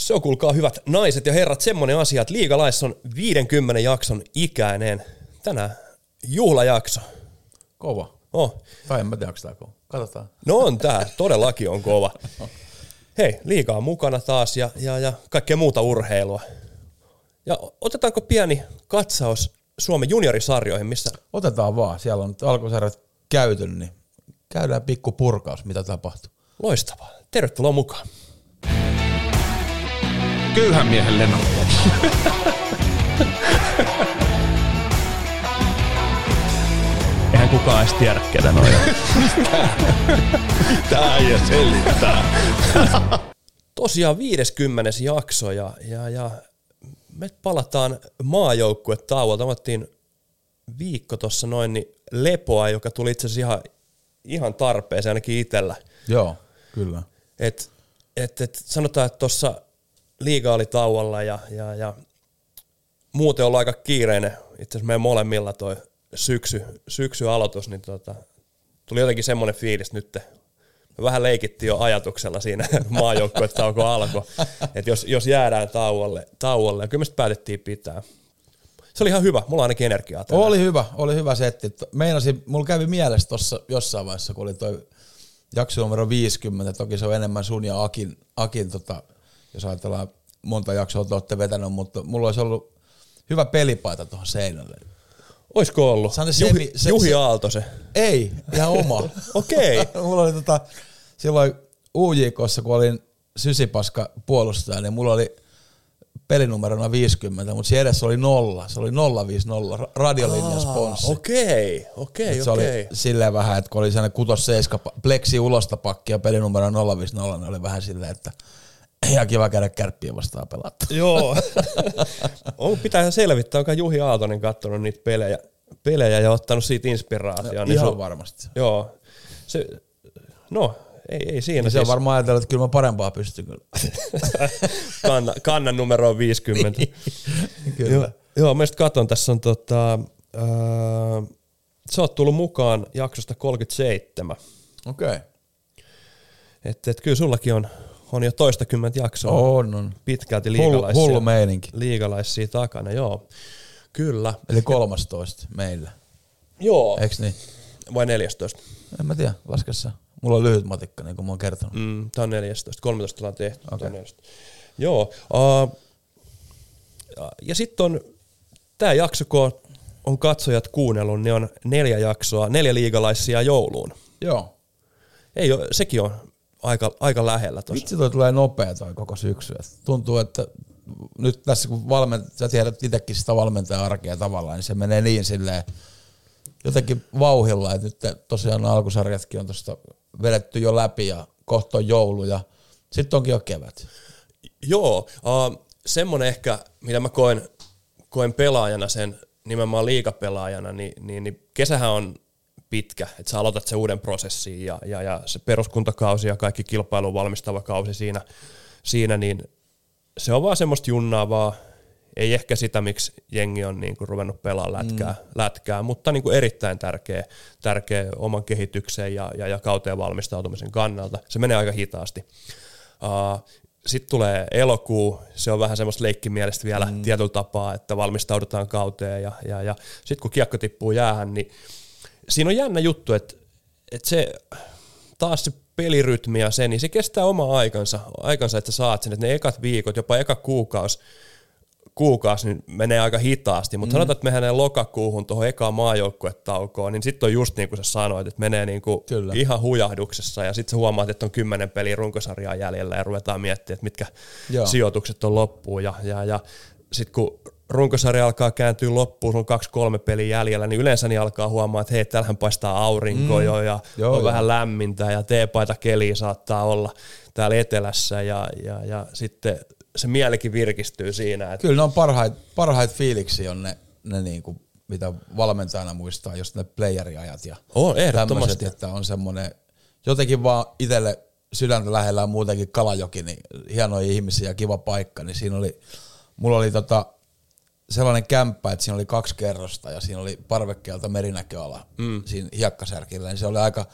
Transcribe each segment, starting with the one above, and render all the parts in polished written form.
Se on, kuulkaa hyvät naiset ja herrat, semmoinen asia, että Liigalais on 50 jakson ikäinen. Tänään juhlajakso. Kova. Oh. Tai en mä tiedä, onko tää kova. Katsotaan. No on tää, todellakin on kova. Hei, Liiga on mukana taas ja kaikkea muuta urheilua. Ja otetaanko pieni katsaus Suomen juniorisarjoihin, missä... Otetaan vaan, siellä on nyt alkusarjat käyty, niin käydään pikku purkaus, mitä tapahtuu. Loistavaa. Tervetuloa mukaan. Köyhän miehen leno. Eihän kukaan edes tiedä, ketä noin. Tää ei selittää. Tosiaan 50. jakso ja me palataan maajoukkuetauolta. Me otettiin viikko tuossa noin niin lepoa, joka tuli itse asiassa ihan tarpeeseen ainakin itsellä. Joo, kyllä. Et sanotaan, että tuossa Liiga oli tauolla ja muuten ollaan aika kiireinen. Itse asiassa meidän molemmilla toi syksy aloitus, niin tuli jotenkin semmoinen fiilis nyt. Me vähän leikittiin jo ajatuksella siinä maajoukkuetauko alkoi, että jos jäädään tauolle, ja kyllä me sitten päätettiin pitää. Se oli ihan hyvä, mulla on ainakin energiaa tänään. Oli hyvä setti. Meinasin, mulla kävi mielessä tuossa jossain vaiheessa, kun oli toi jakso numero 50, toki se on enemmän sun ja Akin jos ajatellaan monta jaksoa te olette vetänyt, mutta mulla olisi ollut hyvä pelipaita tuohon seinälle. Oisko ollut? Juhi Aalto se? Ei, ihan oma. Okei. Mulla oli silloin UJK:ssa, kun olin sysipaska puolustaja, niin mulla oli pelinumerona 50, mutta siinä edessä oli 0. Se oli 050, radiolinjan sponssi. Okei. Se oli silleen vähän, että kun oli sellainen 6-7 pleksi ulosta pakki ja pelinumero 050, niin oli vähän silleen, että ihan kiva käydä Kärppiä vastaan pelata. Joo. Pitää ihan selvittää, onko Juhi Aaltonen katsonut niitä pelejä ja ottanut siitä inspiraatiota. No, ihan varmasti. Joo. Ei siinä. Se on varmaan ajatellut, että kyllä mä parempaa pystyn. Kannan numero on 50. Kyllä. Joo, mä just katson, tässä on sä oot tullut mukaan jaksosta 37. Okei. Et kyllä sullakin on jo toistakymmentä jaksoa. On. Pitkälti hullu meininki. Liigalaisia takana, joo. Kyllä. Eli 13 meillä. Joo. Eiks niin? Vai 14? En mä tiedä, laskessa. Mulla on lyhyt matikka, niin kuin mä oon kertonut. Tää on 14. 13 ollaan tehty. Okay. Joo. Ja sitten on tää jakso, kun on katsojat kuunnellut, niin on 4 jaksoa, 4 liigalaisia jouluun. Joo. Sekin on aika lähellä tossa. Vitsi toi tulee nopea toi koko syksy. Tuntuu, että nyt tässä kun sä tiedät itsekin sitä valmentaja-arkea tavallaan, niin se menee niin silleen jotenkin vauhilla, että nyt tosiaan alkusarjatkin on tuosta vedetty jo läpi ja kohta on joulu ja sitten onkin jo kevät. Joo, semmoinen ehkä, mitä mä koen pelaajana sen, nimenomaan liigapelaajana, niin kesähän on pitkä, että sä aloitat sen uuden prosessin ja se peruskuntakausi ja kaikki kilpailuun valmistava kausi siinä, niin se on vaan semmoista junnaavaa, ei ehkä sitä, miksi jengi on niinku ruvennut pelaamaan lätkää, mutta niinku erittäin tärkeä oman kehityksen ja kauteen valmistautumisen kannalta. Se menee aika hitaasti. Sitten tulee elokuu, se on vähän semmoista leikkimielistä vielä tietyllä tapaa, että valmistaudutaan kauteen ja sitten kun kiekko tippuu jäähän, niin siinä on jännä juttu, että se taas se pelirytmi ja se, niin se kestää oma aikansa, että sä saat sen, että ne ekat viikot, jopa eka kuukausi niin menee aika hitaasti, mutta sanotaan, että mehän lokakuuhun tuohon ekaan maajoukkuetaukoon, niin sitten on just niin kuin sä sanoit, että menee niin kuin ihan hujahduksessa ja sitten sä huomaat, että on 10 peliä runkosarjaa jäljellä ja ruvetaan miettimään, että mitkä sijoitukset on loppuun ja sitten kun runkosarja alkaa kääntyä loppuun, on 2-3 peliä jäljellä, niin yleensä niin alkaa huomaa, että hei, täällähän paistaa aurinko jo ja on vähän lämmintä ja teepaita keli saattaa olla täällä etelässä ja sitten se mielikin virkistyy siinä. Että kyllä ne on parhaita fiiliksi on ne niinku, mitä valmentajana muistaa, just ne playeriajat ja tämmöiset, että on semmoinen jotenkin vaan itselle sydäntä lähellä on muutenkin Kalajoki, niin hienoja ihmisiä ja kiva paikka, niin mulla oli sellainen kämppä, että siinä oli 2 kerrosta ja siinä oli parvekkeelta merinäköala siinä hiekkasärkillä, niin se oli aika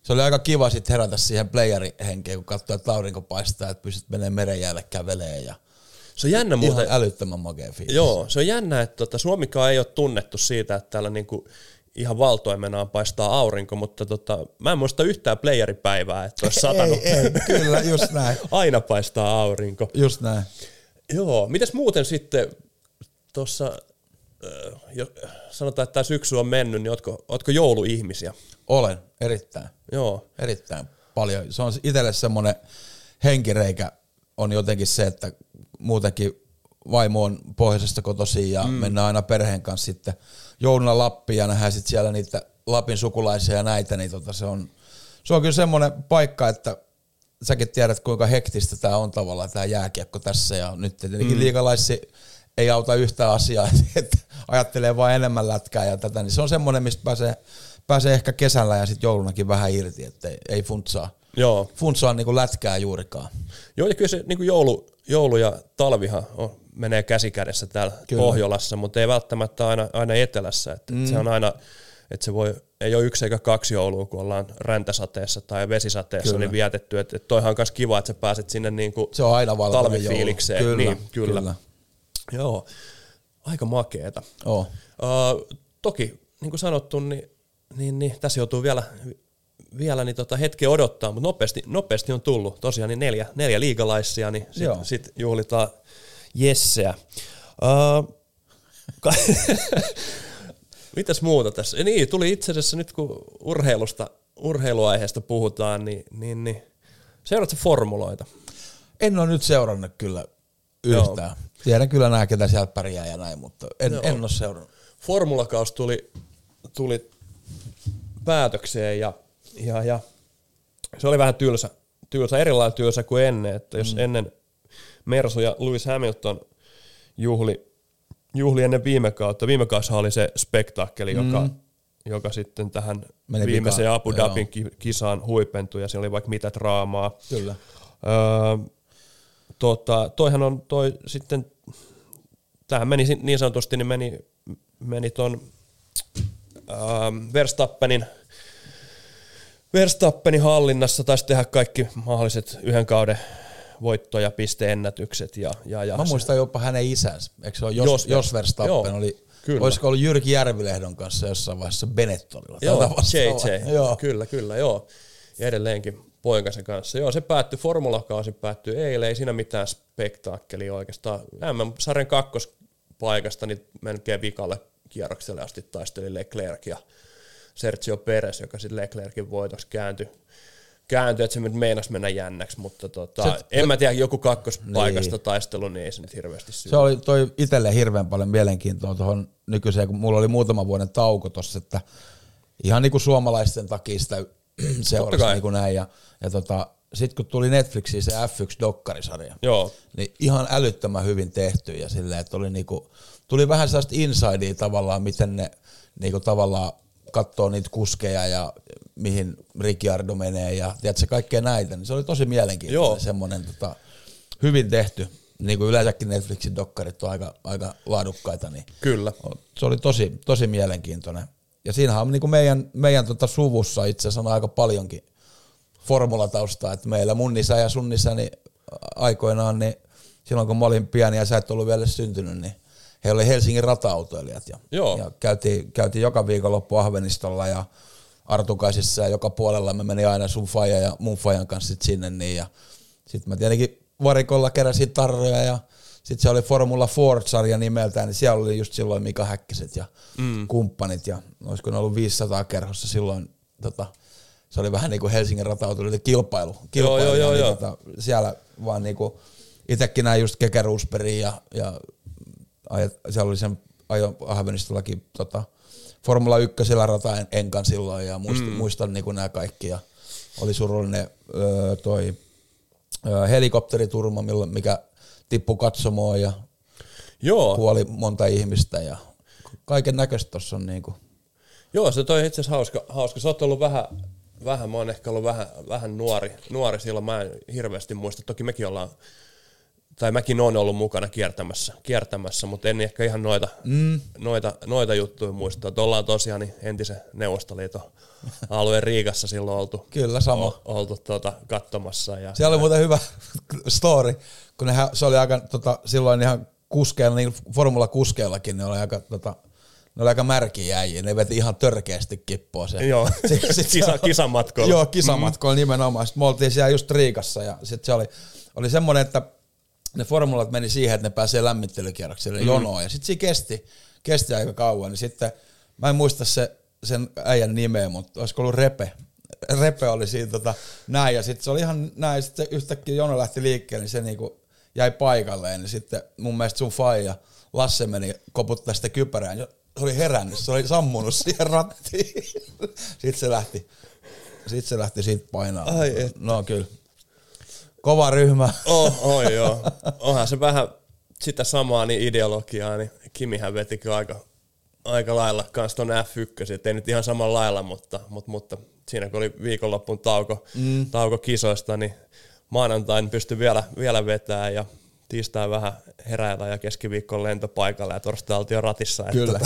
Se oli aika kiva sitten herätä siihen playerihenkeen, kun katsoi, että aurinko paistaa, että pystyt menemään meren jäälle kävelemään. Ja se on jännä muuten. Ihan älyttömän makea fiilis. Joo, se on jännä, että Suomikaan ei ole tunnettu siitä, että täällä niinku ihan valtoimenaan paistaa aurinko, mutta mä en muista yhtään playeripäivää, että olisi satanut. Ei, kyllä, just näin. Aina paistaa aurinko. Just näin. Joo, mites muuten sitten tuossa, sanotaan, että tämä syksy on mennyt, niin ootko jouluihmisiä? Olen, erittäin. Joo. Erittäin paljon. Se on itselle semmoinen henkireikä on jotenkin se, että muutenkin vaimo on pohjoisesta kotoisin ja mennään aina perheen kanssa sitten jouluna Lappiin ja nähdään sitten siellä niitä Lapin sukulaisia ja näitä, niin se on kyllä semmoinen paikka, että säkin tiedät kuinka hektistä tämä on tavallaan tämä jääkiekko tässä ja nyt tietenkin liigalaissi ei auta yhtään asiaa, että ajattelee vain enemmän lätkää ja tätä, niin se on semmoinen, mistä pääsee ehkä kesällä ja sitten joulunakin vähän irti, että ei funtsaa niin kuin lätkää juurikaan. Joo, ja kyllä se niin kuin joulu ja talvihan menee käsikädessä täällä Pohjolassa, mutta ei välttämättä aina etelässä. Että se on aina, että ei ole 1 eikä 2 joulua, kun ollaan räntäsateessa tai vesisateessa niin vietetty. Että toihan on myös kiva, että sä pääset sinne niin kuin se on aina talvifiilikseen. Kyllä. Joo, aika makeeta. Toki, niin kuin sanottu, niin tässä joutuu vielä hetken odottaa, mutta nopeasti on tullut tosiaan niin 4 liigalaisia, niin sit juhlitaan Jesseä. Mitäs muuta tässä? Niin, tuli itse asiassa nyt kun urheiluaiheesta puhutaan, niin seuraatko formuloita? En ole nyt seurannut kyllä yhtään. Joo. Tiedän kyllä nämä, ketä sieltä pärjää ja näin, mutta en ole seurannut. Formulakaus tuli päätökseen ja se oli vähän tylsä erilainen tylsä kuin ennen, että jos ennen Mersu ja Lewis Hamilton juhli ennen viime kaussahan oli se spektaakkeli, joka sitten tähän viimeiseen Abu Dhabin kisaan huipentui ja siinä oli vaikka mitä draamaa. Kyllä. Toihan on sitten, tähän meni niin sanotusti, niin meni ton Verstappenin hallinnassa, taisi tehdä kaikki mahdolliset yhden kauden voitto- ja pisteennätykset. Ja mä muistan jopa hänen isänsä, eikö se ole Jos Verstappen oli, olisiko ollut Jyrki Järvilehdon kanssa jossain vaiheessa Benettonilla? Joo, JJ, kyllä, joo. Ja edelleenkin poikansa kanssa. Joo, se formulakausi päättyi eilen, ei siinä mitään spektaakkelia oikeastaan. MM-sarjan 2. paikasta niin melkein vikalle kierrokselle asti taisteli Leclerc ja Sergio Perez, joka sitten Leclercin voitoksi kääntyi, että se meinasi mennä jännäksi, mutta en mä tiedä, joku 2. paikasta taistelu, niin ei se nyt hirveästi syy. Se oli toi itselle hirveän paljon mielenkiintoa tuohon nykyiseen, kun mulla oli muutama vuoden tauko tossa, että ihan niin kuin suomalaisten takia sitä seurasi niin kuin näin, ja sitten kun tuli Netflixiin se F1-dokkarisarja, niin ihan älyttömän hyvin tehty, ja silleen, että oli niinku, tuli vähän sellaista insidea tavallaan, miten ne niinku tavallaan katsoo niitä kuskeja ja mihin Ricciardo menee ja tiedätkö, kaikkea näitä, niin se oli tosi mielenkiintoinen, semmoinen hyvin tehty. Niin kuin yleensäkin Netflixin dokkarit on aika laadukkaita, niin kyllä. Se oli tosi mielenkiintoinen. Ja siinähän on niin kuin meidän suvussa itse asiassa on aika paljonkin formulataustaa, että meillä mun isä ja sun isäni aikoinaan, niin silloin kun mä olin pieni ja sä et ollut vielä syntynyt, niin he oli Helsingin rata-autoilijat ja käytiin joka viikonloppu Ahvenistolla ja Artukaisissa ja joka puolella me meni aina sun faija ja mun faijan kanssa sit sinne niin ja sit mä tietenkin varikolla keräsin tarroja ja sit se oli Formula Ford-sarja nimeltään, niin siellä oli just silloin Mika Häkkiset ja kumppanit ja olisiko ne ollut 500 kerhossa silloin, se oli vähän niin kuin Helsingin rata-autoilijoiden kilpailu. Joo. Niin, siellä vaan niinku itekin näin just Keke Rosbergin ja siellä oli sen ajo Ahvenistollakin Formula 1 rata enkan silloin ja muistan niinku nämä kaikki ja oli surullinen toi helikopteriturma, mikä tippui katsomoon ja kuoli monta ihmistä ja kaiken näköistä tuossa on niinku. Joo, se toi itse asiassa hauska. Sä oot ollut vähän, mä oon ehkä ollut vähän nuori silloin, mä en hirveästi muista. Toki mekin ollaan tai mäkin olen ollut mukana kiertämässä, mutta en ehkä ihan noita juttuja muista. Ollaan tosiaan niin entisen Neuvostoliiton alueen Riigassa silloin oltu. Kyllä, sama. Oltu katsomassa. Ja siellä oli muuten hyvä story, kun se oli aika silloin ihan kuskeilla, niin formula-kuskeillakin ne oli aika märkiä jäjiä, ne veti ihan törkeästi kippoa se. Joo, kisamatkoilla. Joo, kisamatkoilla nimenomaan. Sitten me oltiin siellä just Riigassa ja sitten se oli semmoinen, että ne formulat meni siihen, että ne pääsee lämmittelykierrokselle jonoon ja sitten se kesti aika kauan. Niin sitten, mä en muista sen äijän nimeä, mutta olisiko ollut Repe. Repe oli siinä näin ja sitten se oli ihan näin, sitten yhtäkkiä jono lähti liikkeelle, niin se niinku jäi paikalleen. Niin sitten mun mielestä sun faija Lasse meni koputtaa sitä kypärään. Se oli herännyt, se oli sammunut siihen rattiin. Sitten se lähti siitä painaa. No kyllä. Kova ryhmä. Joo. Onhan se vähän sitä samaa niin ideologiaa, niin Kimihän vetikö aika lailla kans ton F1, et ei nyt ihan samalla lailla, mutta siinä kun oli viikonloppun tauko kisoista, niin maanantain pystyi vielä vetämään ja tiistain vähän heräillä ja keskiviikkoon lentopaikalla ja torstai oltiin jo ratissa. Kyllä.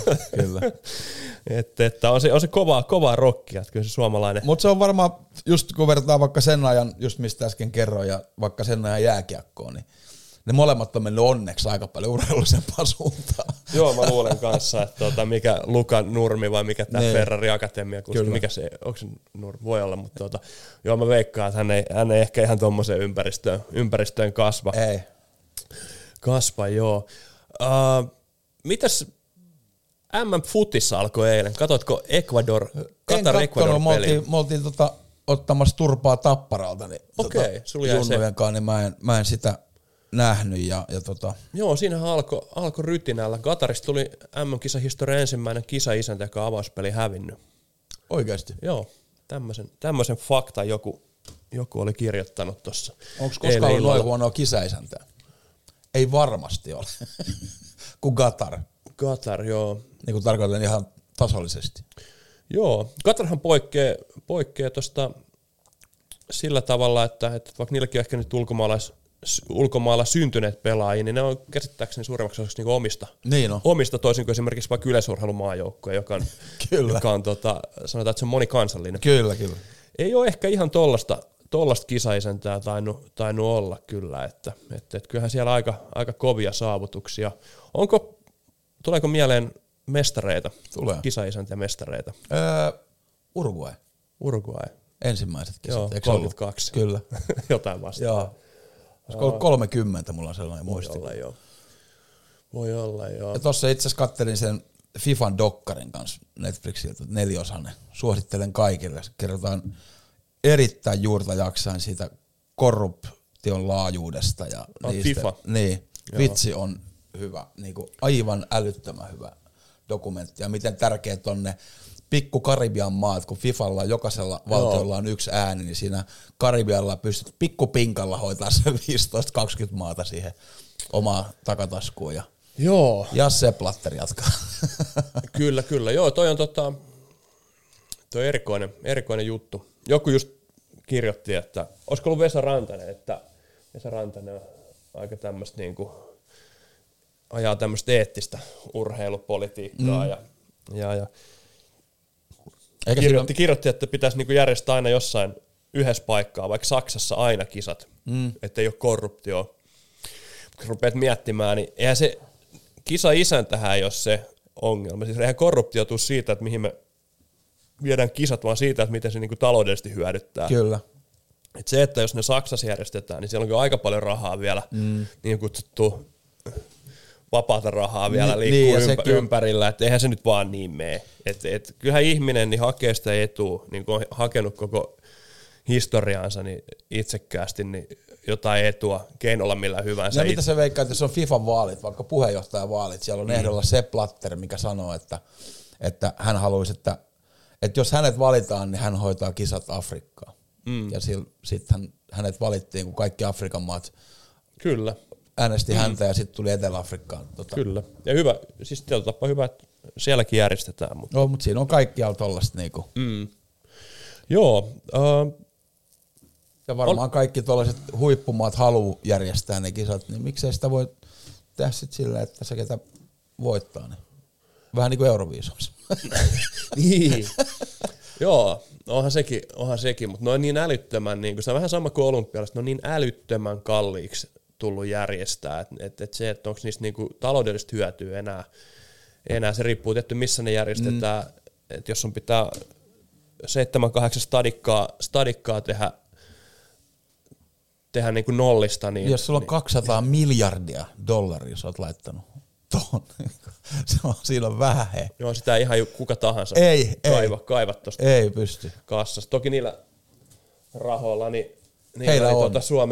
että on se kovaa rockia, että kyllä se suomalainen. Mutta se on varmaan, just kun vertaa vaikka sen ajan, just mistä äsken kerroin, ja vaikka sen ajan jääkiekkoon, niin ne molemmat on mennyt onneksi aika paljon urheilullisempaan suuntaan. Joo, mä luulen kanssa, että mikä Luka Nurmi vai mikä tämä Ferrari Akatemia, mikä se, onko se Nurmi, voi olla, mutta joo mä veikkaan, että hän ei ehkä ihan tommoseen ympäristöön kasva. Ei. Kasva, joo. Mitäs MM-futissa alkoi eilen? Katoitko Qatar-Ecuador peliä? Me oltiin ottamassa turpaa Tapparalta, niin okei, sulla jäi se. Junnujenkaan, niin mä en sitä nähnyt. Joo, siinähän alkoi rytinällä. Qatarista tuli MM-kisahistorian ensimmäinen kisaisäntä, joka on avauspeli hävinnyt. Oikeasti? Joo, tämmöisen fakta joku oli kirjoittanut tuossa. Onko koskaan ollut noin huonoa kisaisäntä? Ei varmasti ole. Kuin Qatar. Qatar, joo. Niin kuin tarkoitan ihan tasollisesti. Joo, Qatarhan poikkeaa tuosta sillä tavalla, että vaikka niilläkin on ehkä nyt ulkomailla syntyneet pelaajia, niin ne on käsittääkseni suurimmaksi osaksi niinku omista toisin kuin esimerkiksi vaikka yleisurheilumaajoukkoja, joka on sanotaan, että se on monikansallinen. Kyllä. Ei ole ehkä ihan tollasta kisaisäntää tainnut olla kyllä, että kyllähän siellä aika kovia saavutuksia. Tuleeko mieleen mestareita? Tulee. Kisaisäntä mestareita? Uruguay. Ensimmäiset kisat. Joo, 32. Kyllä. Jotain vastaan. Joo. Olisiko ollut 30, mulla on sellainen muisti. Voi olla, joo. Ja tossa itse asiassa kattelin sen FIFAn dokkarin kanssa Netflixiltä, 4-osainen. Suosittelen kaikille. Kerrotaan erittäin juurta jaksain siitä korruption laajuudesta. Ja niistä, FIFA. Niin, vitsi on hyvä, niinku aivan älyttömän hyvä dokumentti. Ja miten tärkeät on ne pikku Karibian maat, kun FIFalla jokaisella valtiolla on yksi ääni, niin siinä Karibialla pystyt pikkupinkalla hoitaa se 15-20 maata siihen omaan takataskuun. Ja Sepp Blatter jatkaa. Kyllä. Joo, toi on toi erikoinen juttu. Joku just kirjoitti, että olisiko ollut Vesa Rantanen, on aika tämmöistä niinku ajaa tämmöistä eettistä urheilupolitiikkaa ja kirjoitti, että pitäisi niinku järjestää aina jossain yhdessä paikkaa, vaikka Saksassa aina kisat, ettei ole korruptio. Kun rupeat miettimään, niin eihän se kisa-isäntähän ei ole se ongelma. Siis eihän korruptio tule siitä, että mihin me viedään kisat, vaan siitä, että miten se niinku taloudellisesti hyödyttää. Kyllä. Et se, että jos ne Saksassa järjestetään, niin siellä on aika paljon rahaa vielä, niin kutsuttu vapaata rahaa vielä liikkuu ympärillä, että eihän se nyt vaan niin mene. Et kyllähän ihminen niin hakee sitä etua, niin kuin on hakenut koko historiaansa niin itsekkäästi niin jotain etua keinolla millä hyvänsä. Ja mitä se veikkaa, että jos on FIFAn vaalit, vaikka puheenjohtajavaalit, siellä on ehdolla Sepp Blatter, mikä sanoo, että hän haluaisi, että jos hänet valitaan, niin hän hoitaa kisat Afrikkaan. Ja sitten hänet valittiin, kun kaikki Afrikan maat kyllä äänesti häntä ja sitten tuli Etelä-Afrikkaan. Kyllä. Ja hyvä, siis tietyllä tapaa hyvä, että sielläkin järjestetään. Mutta siinä on kaikkialla tollaista niinku. Joo. Ja varmaan kaikki tuollaiset huippumaat haluaa järjestää ne kisat, niin miksei sitä voi tehdä sit sillä, että se ketä voittaa ne. Vähän niin kuin Euroviisuissa. Niin. Joo, onhan sekin, mutta ne on niin älyttömän, niin se on vähän sama kuin olympialaiset, ne on niin älyttömän kalliiksi tullut järjestää, että se, että onko niistä niinku taloudellista hyötyä enää, se riippuu tietty missä ne järjestetään, että jos sun pitää 7-8 stadikkaa tehdä niin kuin nollista. Niin, jos sulla on 200 miljardia dollaria, sä oot laittanut tuohon. Siinä on vähän he. Joo, sitä ihan kuka tahansa kaiva tuosta ei pysty kassasta. Toki niillä rahoilla, niin heillä on.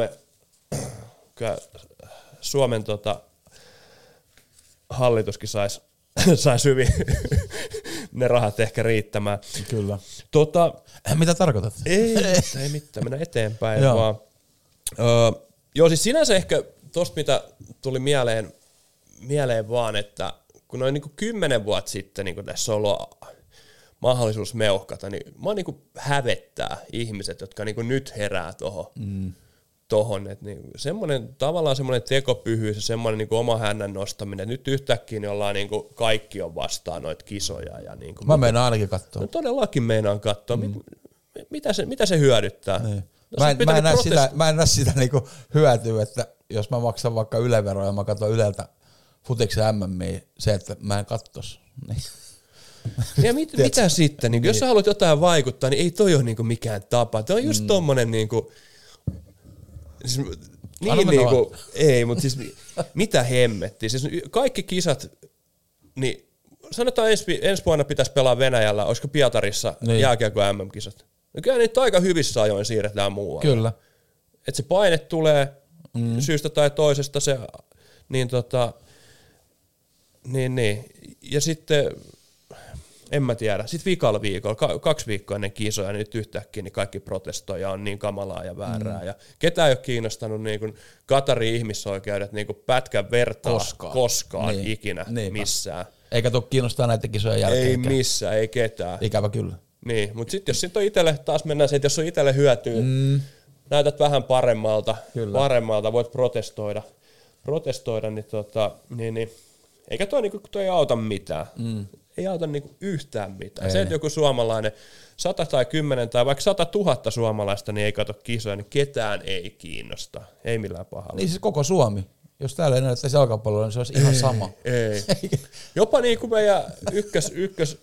Suomen hallituskin sais hyvin ne rahat ehkä riittämään. Kyllä. Mitä tarkoitat? Ei mitään, mennään eteenpäin vaan. Joo, siis sinänsä ehkä tosta, mitä tuli mieleen vaan, että kun noin niin 10 vuotta sitten niin tässä on ollut mahdollisuus meuhkata, niin mä niin hävettää ihmiset, jotka niin nyt herää tohon. Että niin tavallaan semmoinen tekopyhyys ja semmoinen niin oma hännän nostaminen, nyt yhtäkkiä niin ollaan niin kaikki on vastaan noita kisoja. Ja niin mä meinaan ainakin katsoa. No todellakin meinaan katsoa. Mitä se hyödyttää? Niin. Mä en näe sitä niinku hyötyä, että jos mä maksan vaikka Yle-veroa ja mä katson Yleltä futiksen MM:iä, se, että mä en kattos. Niin. Ja mitä sitten? Niin, jos sä haluat jotain vaikuttaa, niin ei toi ole niinku mikään tapa. Toi on just tommonen niinku... Siis, ei, mutta siis mitä hemmettiä. Siis kaikki kisat, niin sanotaan ensi vuonna pitäisi pelaa Venäjällä, olisiko Pietarissa jääkiekko MM-kisat. No kyllä niitä aika hyvissä ajoin siirretään muualle. Kyllä. Että se paine tulee syystä tai toisesta, se, niin ja sitten, en mä tiedä, sitten viikalla 2 viikkoa ennen kisoja, niin nyt yhtäkkiä niin kaikki protestoja on niin kamalaa ja väärää. Ja ketään ei ole kiinnostanut niin kuin Qatarin ihmisoikeudet niin kuin pätkän vertaa koskaan ikinä missään. Eikä tule kiinnostaa näitä kisojen jälkeen. Ei missään, ei ketään. Ikävä kyllä. Niin, mutta sitten jos sit on itselle, taas mennään se, että jos on itselle hyötyä, näytät vähän paremmalta, voit protestoida niin eikä toi ei auta mitään. Ei auta niinku yhtään mitään. Se, että joku suomalainen 100 tai 10 tai vaikka 100 000 suomalaista niin ei kato kisoja, niin ketään ei kiinnosta. Ei millään pahalla. Niin siis koko Suomi. Jos täällä ei näyttäisi jalkapalloa, niin se olisi ihan sama. Ei. Jopa niin kuin meidän ykkös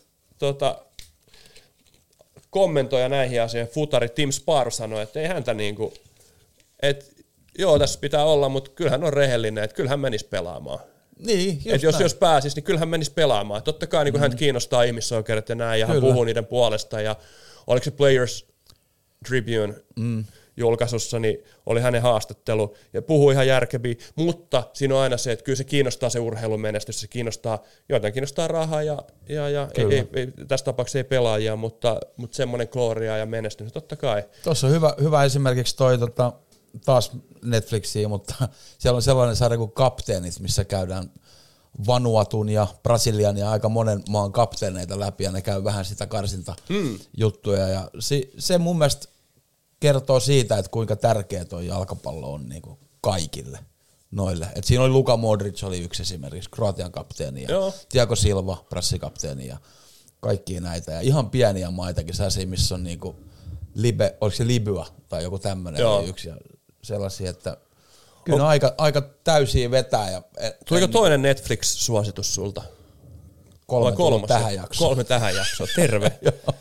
kommentoija näihin asioihin, futari Tim Spar sanoi, että ei häntä niinku, että joo tässä pitää olla, mutta kyllähän on rehellinen, että kyllähän menisi pelaamaan. Niin, että jos pääsisi, niin kyllähän menisi pelaamaan. Totta kai niin häntä kiinnostaa ihmisoikeudet ja näin, ja hän puhuu niiden puolesta, ja oliko se Players Tribune julkaisussa, niin oli hänen haastattelu, ja puhui ihan järkeviä, mutta siinä on aina se, että kyllä se kiinnostaa se urheilumenestys, se kiinnostaa, joitain kiinnostaa rahaa, ja ei, tässä tapauksessa ei pelaajia, mutta semmoinen gloria ja menestys, totta kai. Tuossa on hyvä esimerkiksi toi taas Netflixiä, mutta siellä on sellainen sarja kuin Kapteenit, missä käydään Vanuatun ja Brasilian ja aika monen maan kapteeneita läpi, ja ne käy vähän sitä karsintajuttuja, ja se mun mielestä kertoo siitä, että kuinka tärkeä tuo jalkapallo on niin kuin kaikille noille. Et siinä oli Luka Modric oli yksi esimerkiksi, Kroatian kapteeni, ja Thiago Silva, brassikapteeni, ja kaikkia näitä, ja ihan pieniä maitakin, sellaisia, missä on niinku oliko se Libya tai joku tämmöinen yksi, ja sellaisia, että kyllä aika täysiä vetää. Tuliko toinen Netflix-suositus sulta? 3 tähän jaksoon. 3 tähän jaksoon, terve.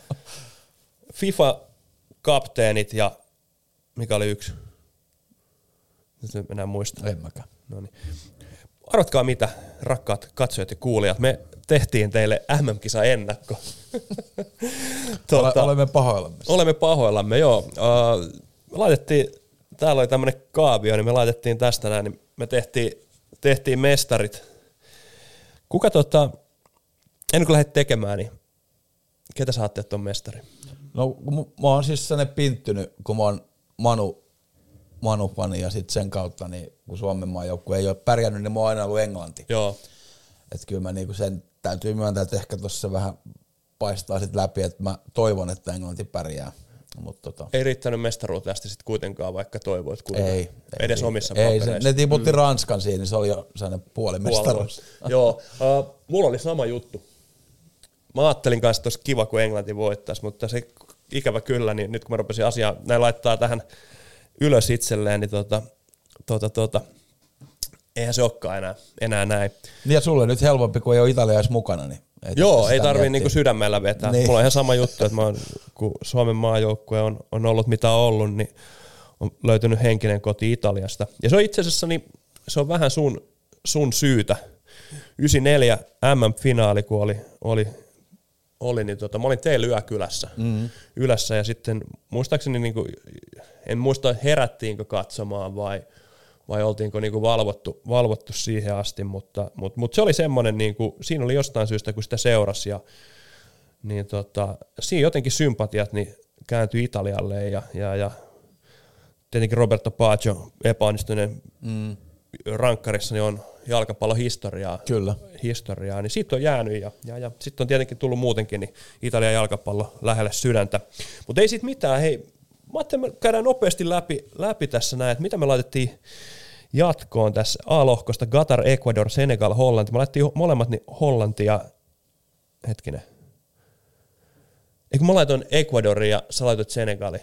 FIFA-kapteenit ja mikä oli yksi? Nyt mennään muistamaan. En mäkään. Noniin. Arvatkaa mitä, rakkaat katsojat ja kuulijat, me tehtiin teille MM-kisa-ennakko. Olemme pahoillamme. Olemme pahoillamme, joo. Me laitettiin, täällä oli tämmöinen kaavio, niin me laitettiin tästä näin, niin me tehtiin mestarit. Kuka ennen kuin lähdet tekemään, niin ketä sä ajattelet on mestari? No mä oon siis sellainen pinttynyt, kun mä oon Manu-fani ja sitten sen kautta, niin kun Suomen maajoukkue ei ole pärjännyt, niin mä oon aina ollut Englanti. Joo. Että kyllä mä niinku sen täytyy myöntää, että ehkä tuossa vähän paistaa sit läpi, että mä toivon, että Englanti pärjää. Ei riittänyt mestaruuteen asti sitten kuitenkaan, vaikka toivoit kuitenkaan. Ei edes omissa papereissa. Ne tiputti Ranskan siinä, niin se oli jo sellainen puolimestaruus. Joo, mulla oli sama juttu. Mä ajattelin kanssa, että olisi kiva, kun Englanti voittaisi, mutta se ikävä kyllä, niin nyt kun mä rupesin asiaa näin laittaa tähän ylös itselleen, niin eihän se olekaan enää näin. Niin ja sulle nyt helpompi, kun ei ole Italia edes mukana. Niin ei tarvii niinku sydämellä vetää. Niin. Mulla on ihan sama juttu, että kun Suomen maajoukkue on ollut mitä on ollut, niin on löytynyt henkinen koti Italiasta. Ja se on itse asiassa, niin se on vähän sun syytä. 94 MM-finaali, kun oli niin mä olin teillä Ylässä ja sitten muistaakseni, niin kuin, en muista herättiinkö katsomaan vai oltiinko niin kuin valvottu siihen asti, mutta se oli semmoinen, niin kuin, siinä oli jostain syystä, kun sitä seurasi ja niin siinä jotenkin sympatiat niin kääntyi Italialle ja tietenkin Roberto Baggio epäonnistuneen rankkarissa niin on jalkapallon historiaa, niin siitä on jäänyt ja sitten on tietenkin tullut muutenkin niin Italian jalkapallo lähelle sydäntä. Mutta ei siitä mitään, hei, mä ajattelin, me käydään nopeasti läpi tässä näin, että mitä me laitettiin jatkoon tässä A-lohkosta, Qatar, Ecuador, Senegal, Hollanti. Me laitettiin molemmat niin Hollanti ja, hetkinen, eikö mä laitoin Ecuadorin ja sä laitoit Senegalin?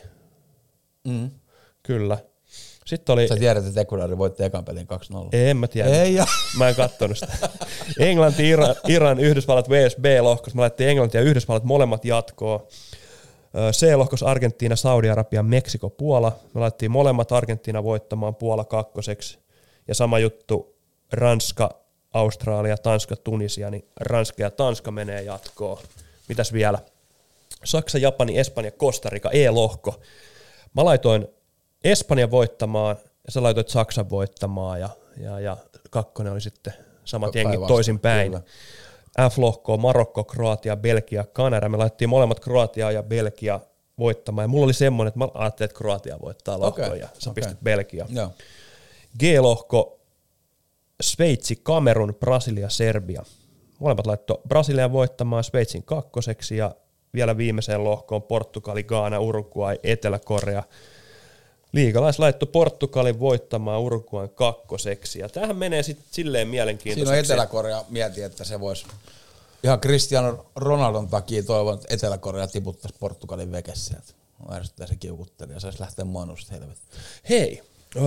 Kyllä. Sitten oli... Sä tiedät, että Ecuador voitti ekan pelin 2-0. En mä tiedä. Mä en kattonut sitä. Englanti, Iran, Yhdysvallat, Wales, B-lohkos. Mä laitettiin Englanti ja Yhdysvallat molemmat jatkoon. C-lohkos Argentiina, Saudi-Arabia, Meksiko, Puola. Me laitettiin molemmat Argentiina voittamaan Puola kakkoseksi. Ja sama juttu Ranska, Australia, Tanska, Tunisia, niin Ranska ja Tanska menee jatkoon. Mitäs vielä? Saksa, Japani, Espanja, Costa Rica, E-lohko. Mä laitoin Espanjan voittamaan ja sä laitoit Saksan voittamaan ja kakkonen oli sitten samat jengit toisin päin. Kyllä. F-lohko, Marokko, Kroatia, Belgia, Kanada. Me laitettiin molemmat Kroatia ja Belgia voittamaan. Ja mulla oli semmoinen, että mä ajattelin, että Kroatia voittaa lohkoon ja sä pistit Belgia. Joo. G-lohko, Sveitsi, Kamerun, Brasilia, Serbia. Molemmat laittoi Brasilian voittamaan Sveitsin kakkoseksi ja vielä viimeiseen lohkoon Portugali, Ghana, Uruguay, Etelä-Korea. Liigalais laittoi Portugalin voittamaan Uruguayn kakkoseksi, ja tämähän menee sitten silleen mielenkiintoiseksi. Siinä on Etelä-Korea, mietin, että se voisi ihan Cristiano Ronaldon takia toivon, että Etelä-Korea tiputtaisi Portugalin vekessä. Ärsyttää se kiukutteli ja saisi lähteä manusta helvettiin. Hei,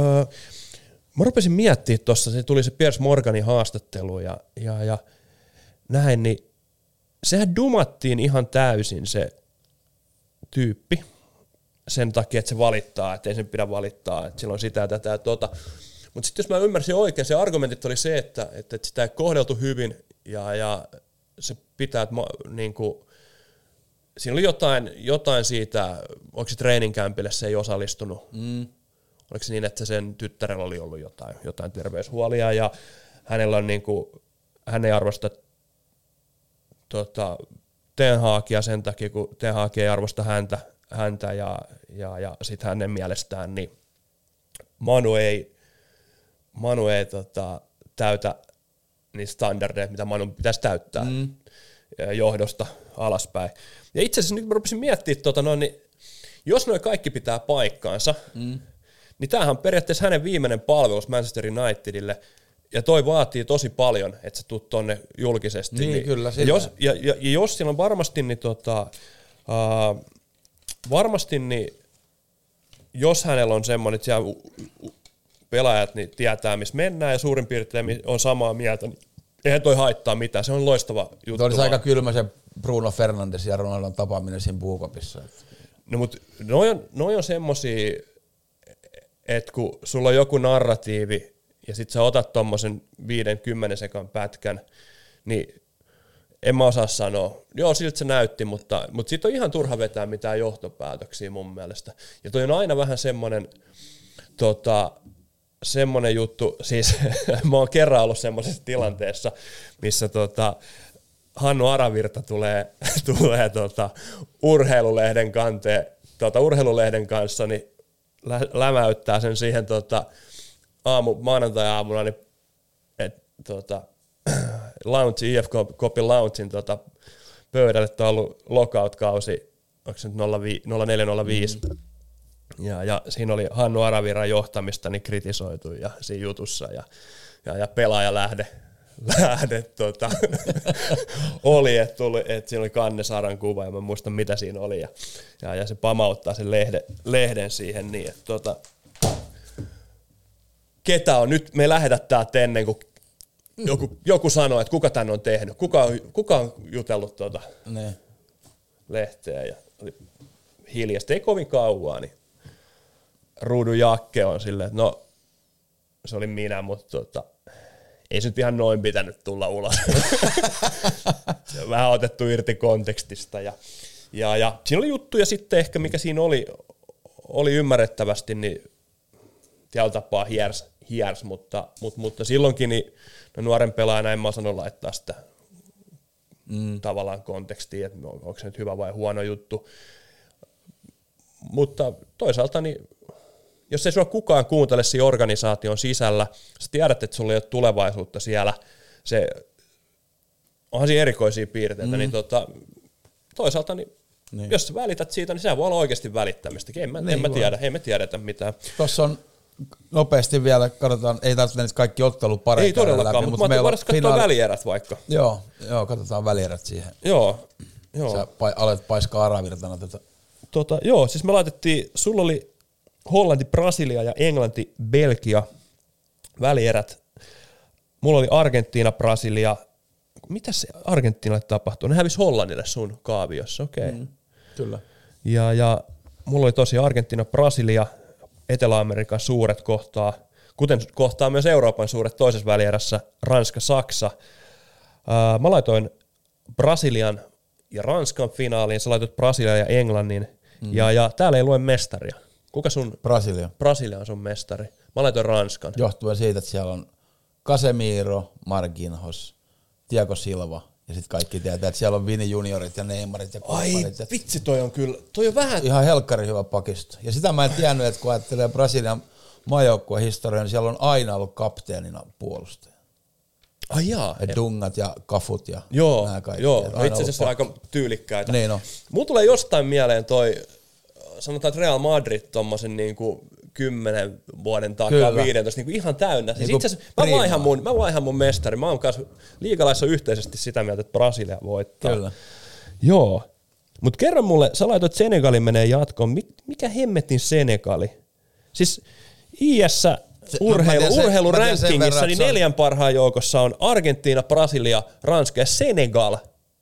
mä rupesin miettimään tuossa, se tuli se Piers Morganin haastattelu ja näin, niin sehän dumattiin ihan täysin se tyyppi. Sen takia, että se valittaa, että ei sen pidä valittaa, että sillä on sitä ja tätä ja tota. Mutta sitten jos mä ymmärsin oikein, se argumentit oli se, että sitä ei kohdeltu hyvin ja se pitää, että niinku, siinä oli jotain siitä, onko se treeninkämpille se ei osallistunut. Oliko se niin, että sen tyttärellä oli ollut jotain terveyshuolia ja hänellä on niinku, hän ei arvosta Ten Hagia sen takia, kun Ten Hag ei arvosta häntä ja sitten hänen mielestään niin Manu ei täytä niitä standardeja, mitä Manun pitäisi täyttää johdosta alaspäin. Ja itse asiassa nyt mä rupesin miettimään, niin jos noi kaikki pitää paikkaansa, niin tämähän on periaatteessa hänen viimeinen palvelus Manchester Unitedille, ja toi vaatii tosi paljon, että sä tuut tonne julkisesti. Niin kyllä, sitä. Jos siellä on varmasti, niin varmasti, niin jos hänellä on semmoinen, että siellä pelaajat niin tietää, missä mennään ja suurin piirtein on samaa mieltä, niin eihän toi haittaa mitään. Se on loistava juttu. Tuo olisi aika kylmä se Bruno Fernandes ja Ronaldon tapaaminen siinä puukopissa. No mutta noi on semmosia, että kun sulla on joku narratiivi ja sit sä otat tommosen 5-10 sekan pätkän, niin en mä osaa sanoa. Joo, siltä se näytti, mutta siitä on ihan turha vetää mitään johtopäätöksiä mun mielestä. Ja toi on aina vähän semmonen juttu, siis mä oon kerran ollut semmoisessa tilanteessa, missä Hannu Aravirta tulee urheilulehden kanssa, niin lämäyttää sen siihen maanantai-aamuna, niin IFK Copin Loungein pöydälle, että on ollut lockout-kausi onko se nyt 0405, ja siinä oli Hannu Araviran johtamista niin kritisoitu ja siinä jutussa, ja pelaajalähde oli, että siinä oli Kannesaran kuva, ja mä muistan mitä siinä oli, ja se pamauttaa sen lehden siihen niin, että ketä on nyt, me ei lähdetä täältä ennen kuin joku sanoo, että kuka tän on tehnyt, kuka on jutellut lehteä, ja oli hiljasta, ei kovin kauan, niin ruudun Jakke on silleen, että no, se oli minä, mutta ei se nyt ihan noin pitänyt tulla ulos. Se on vähän otettu irti kontekstista, ja siinä oli juttuja sitten ehkä, mikä siinä oli ymmärrettävästi, niin tällä tapaa hiers, mutta silloinkin niin, no nuoren pelaajana en mä osannut laittaa sitä tavallaan kontekstiin, että onko se nyt hyvä vai huono juttu. Mutta toisaalta, niin, jos ei sua kukaan kuuntele siinä organisaation sisällä, sä tiedät, että sulla ei ole tulevaisuutta siellä, onhan siinä erikoisia piirteitä, niin toisaalta, niin. Jos sä välität siitä, niin sehän voi olla oikeasti välittämistäkin. Ei me tiedetä mitään. Tuossa on nopeasti vielä, katsotaan, ei tarvitse nyt kaikki ottelupareja. Ei todellakaan, mutta meillä voidaan katsoa välierät vaikka. Joo, katsotaan välierät siihen. Joo. Sä alet paiskaa Aravirtana tätä. Joo, siis me laitettiin, sulla oli Hollanti, Brasilia ja Englanti, Belgia välierät. Mulla oli Argentiina, Brasilia. Mitä se Argentiinalle tapahtuu? Ne hävisi Hollannille sun kaaviossa, okei. Kyllä. Ja mulla oli tosiaan Argentiina, Brasilia, Etelä-Amerikan suuret kohtaa, kuten kohtaa myös Euroopan suuret toisessa välierässä, Ranska, Saksa. Mä laitoin Brasilian ja Ranskan finaaliin, sä laitoit Brasilian ja Englannin, ja täällä ei lue mestaria. Kuka sun? Brasilia. Brasilia on sun mestari. Mä laitoin Ranskan. Johtuen siitä, että siellä on Casemiro, Marquinhos, Thiago Silva, ja sitten kaikki tietää, että siellä on Vini juniorit ja Neymarit ja kumppanit. Ai vitsi, toi on vähän. Ihan helkkari hyvä pakisto. Ja sitä mä en tiennyt, että kun ajattelee Brasilian maajoukkueen historiaa, niin siellä on aina ollut kapteenina puolustaja. Ai jaa. Ja Dungat ja Kafut ja nämä kaikki. Joo, itse asiassa aika tyylikkäitä. Niin on. Mulla tulee jostain mieleen toi, sanotaan, että Real Madrid tommosen niinku 10 vuoden takaa, 15, niinku ihan täynnä. Siis itse asiassa mä vaihan mun mestari. Mä oon kanssa liigalaissa yhteisesti sitä mieltä, että Brasilia voittaa. Kyllä. Joo. Mut kerran mulle, sä laitoit Senegalin menee jatkoon. Mikä hemmetin Senegali? Siis IS-ssä urheilurankingissa niin 4 parhaan joukossa on Argentiina, Brasilia, Ranska ja Senegal.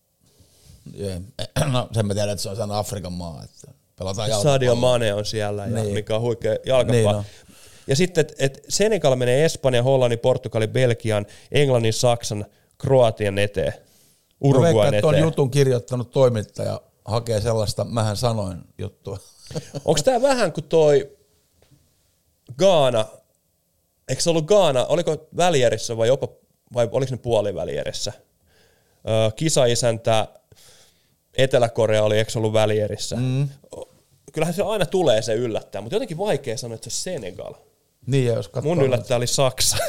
No sen mä tiedän, että se on Afrikan maa, että pelataan jalkapalloa. Sadio Mane on siellä, ja mikä on huikea jalkapallo. Niin ja sitten, että Senegal menee Espanjan, Hollannin, Portugalin, Belgian, Englannin, Saksan, Kroatian eteen, Uruguayn eteen. Tuon jutun kirjoittanut toimittaja hakee sellaista, mähän sanoin juttua. Onko tämä vähän kuin toi Ghana, eikö se ollut Ghana, oliko välierissä vai oliko ne puolivälierissä? Kisaisäntä Etelä-Korea oli, eikö se ollut välierissä? Kyllähän se aina tulee se yllättää, mutta jotenkin vaikea sanoa, että se on Senegal. Niin, jos katsoo. Mun yllättäjä oli Saksa.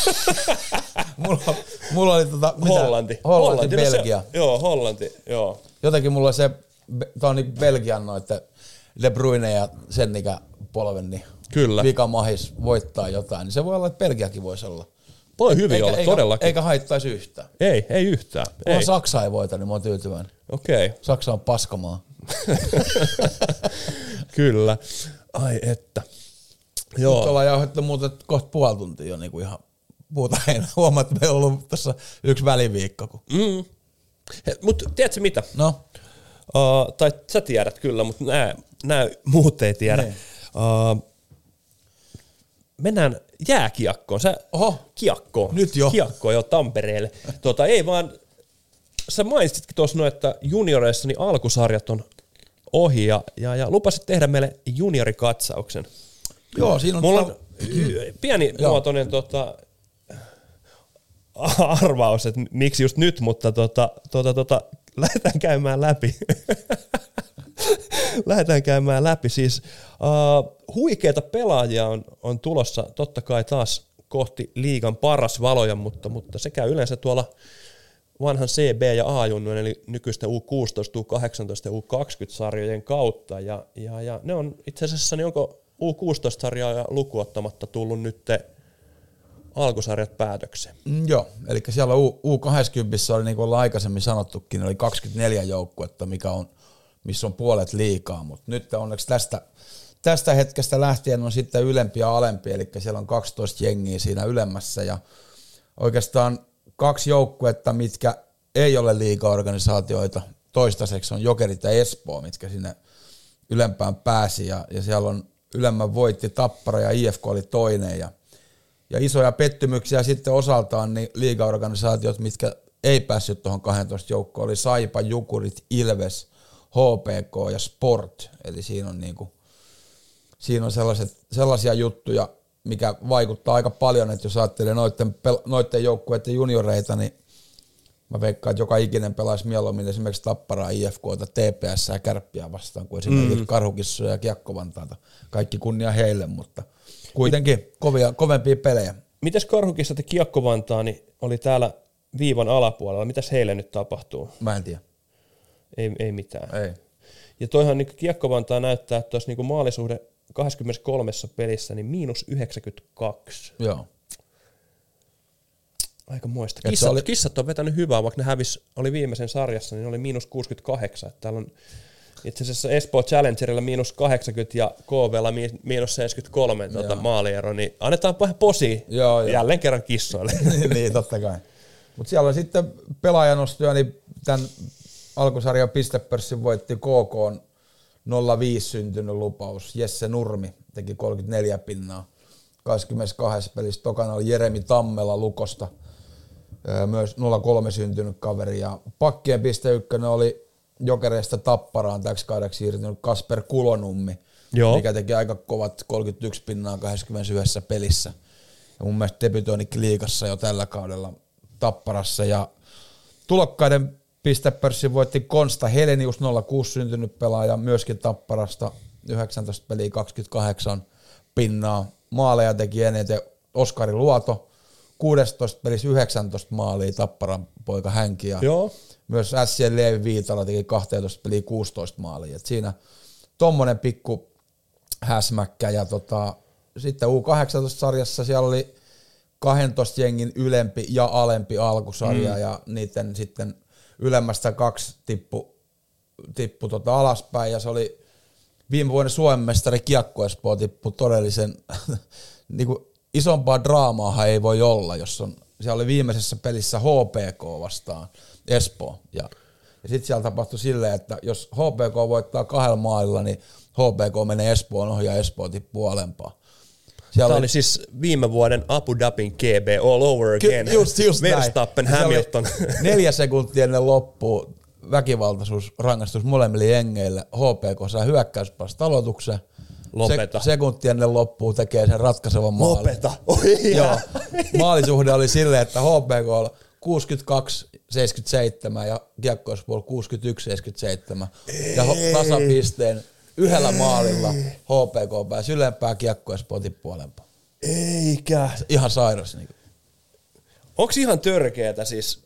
mulla oli Hollanti, Belgia. Hollanti, joo. Jotenkin mulla se, tää on niin Belgian noita De Bruyne ja sen polven, niin kyllä. Vikamahis voittaa jotain, niin se voi olla, että Belgiakin voisi olla. Voi hyvin olla, todellakin. Eikä haittaisi yhtään. Ei yhtään. Ei. Saksa ei voita, niin mä oon tyytyväinen. Okei. Saksa on paskamaa. Kyllä. Ai että. Joo. Nyt ollaan jauhettu muuten kohta puoli tuntia jo niin kuin ihan puuta heinä. Huomaa, että meillä on ollut tässä yksi väliviikko. Mutta tiedätkö mitä? No? Tai sä tiedät kyllä, mutta nämä muut ei tiedä. Mennään jääkiekkoon. Kiekkoon. Nyt jo. Kiekkoon jo Tampereelle. Ei vaan, sä mainitsitkin tuossa että junioreissa niin alkusarjat on ohi ja lupasit tehdä meille juniorikatsauksen. Joo, siinä on... Mulla on pieni muotoinen arvaus, että miksi just nyt, mutta lähdetään käymään läpi. Lähdetään käymään läpi. Siis huikeita pelaajia on tulossa totta kai taas kohti liigan paras valoja, mutta se käy yleensä tuolla vanhan CB- ja A-junnun, eli nykyistä U16, U18 ja U20-sarjojen kautta, ja ne on itse asiassa, niin onko U16-sarjaa lukuottamatta tullut nyt alkusarjat päätökseen? Joo, eli siellä U20 oli, niin kuin ollaan aikaisemmin sanottukin, oli 24 joukkuetta, missä on puolet liikaa, mutta nyt onneksi tästä hetkestä lähtien on sitten ylempi ja alempi, eli siellä on 12 jengiä siinä ylemmässä, ja oikeastaan 2 joukkuetta, mitkä ei ole liigaorganisaatioita, toistaiseksi on Jokerit ja Espoo, mitkä sinne ylempään pääsi, ja siellä on ylemmän voitti Tappara ja IFK oli toinen, ja isoja pettymyksiä sitten osaltaan niin liigaorganisaatiot, mitkä ei päässyt tuohon 12 joukkoon, oli Saipa, Jukurit, Ilves, HPK ja Sport, eli siinä on sellaisia juttuja, mikä vaikuttaa aika paljon, että jos ajattelee noiden joukkueiden junioreita, niin mä veikkaan, että joka ikinen pelaisi mieluummin esimerkiksi Tapparaa, IFK:ta, TPS ja Kärppiä vastaan, kuin esimerkiksi Karhukissoja ja Kiekko-Vantaata. Kaikki kunnia heille, mutta kuitenkin kovempia pelejä. Mites Karhukissat ja Kiekko-Vantaa niin oli täällä viivan alapuolella? Mitäs heille nyt tapahtuu? Mä en tiedä. Ei mitään. Ei. Ja toihan niin Kiekko-Vantaa näyttää, että tuossa niin maalisuhde 23 pelissä niin -92. Joo. Aika muista. Kissat on vetänyt hyvää, vaikka ne oli viimeisen sarjassa, niin ne oli -68. Täällä on itse asiassa Espoo Challengerilla -80 ja KVlla -73 maaliero, niin annetaan vähän posia jälleen kerran kissoille. Niin, totta kai. Mutta siellä on sitten pelaajanostoja, niin tämän alkusarjan pistepörssin voitti KK 05 syntynyt lupaus. Jesse Nurmi teki 34 pinnaa 22 pelissä. Tokana oli Jeremi Tammela Lukosta, myös 03 syntynyt kaveri. Ja pakkien piste ykkönen oli Jokereista Tapparaan täksi kaudeksi siirtynyt Kasper Kulonummi, mikä teki aika kovat 31 pinnaa 21 pelissä. Ja mun mielestä debytoinikin liigassa jo tällä kaudella Tapparassa. Ja tulokkaiden pistepörssin voitti Konsta Helenius 06 syntynyt pelaaja, myöskin Tapparasta 19 peliä 28 pinnaa. Maaleja teki eniten Oskari Luoto, 16 pelissä 19 maalia Tapparan poika hänki. Ja myös Sien Leevi Viitala teki 12 peliä 16 maalia. Et siinä tommonen pikku häsmäkkä. Ja sitten U18-sarjassa siellä oli 12 jengin ylempi ja alempi alkusarja ja niiden sitten ylemmästä 2 tippu alaspäin, ja se oli viime vuoden Suomen mestari Kiekko Espoo tippui todellisen niinku isompaa draamaahan ei voi olla, jos siellä oli viimeisessä pelissä HPK vastaan Espoo, ja sitten siellä tapahtui silleen, että jos HPK voittaa 2 maalilla, niin HPK menee Espoon ohi ja Espoo tippuu alempaa. Tämä oli siis viime vuoden Abu Dhabin GB all over again. Just Verstappen, Hamilton. 4 sekuntia ennen loppuu väkivaltaisuus rangaistus molemmille jengeille. HPK saa hyökkäyspäästä aloituksen. Lopeta. Sekuntia ennen loppuu tekee sen ratkaisevan maalin. Lopeta. Joo. Maalisuhde oli silleen, että HPK 62-77 ja Kiekko Espoo 61-77. Ja tasapisteen yhdellä maalilla HPK pääsi ylempää, Kiekko Espoo tippuu alempaa. Eikä. Ihan sairas. Niin. Onko ihan törkeetä siis?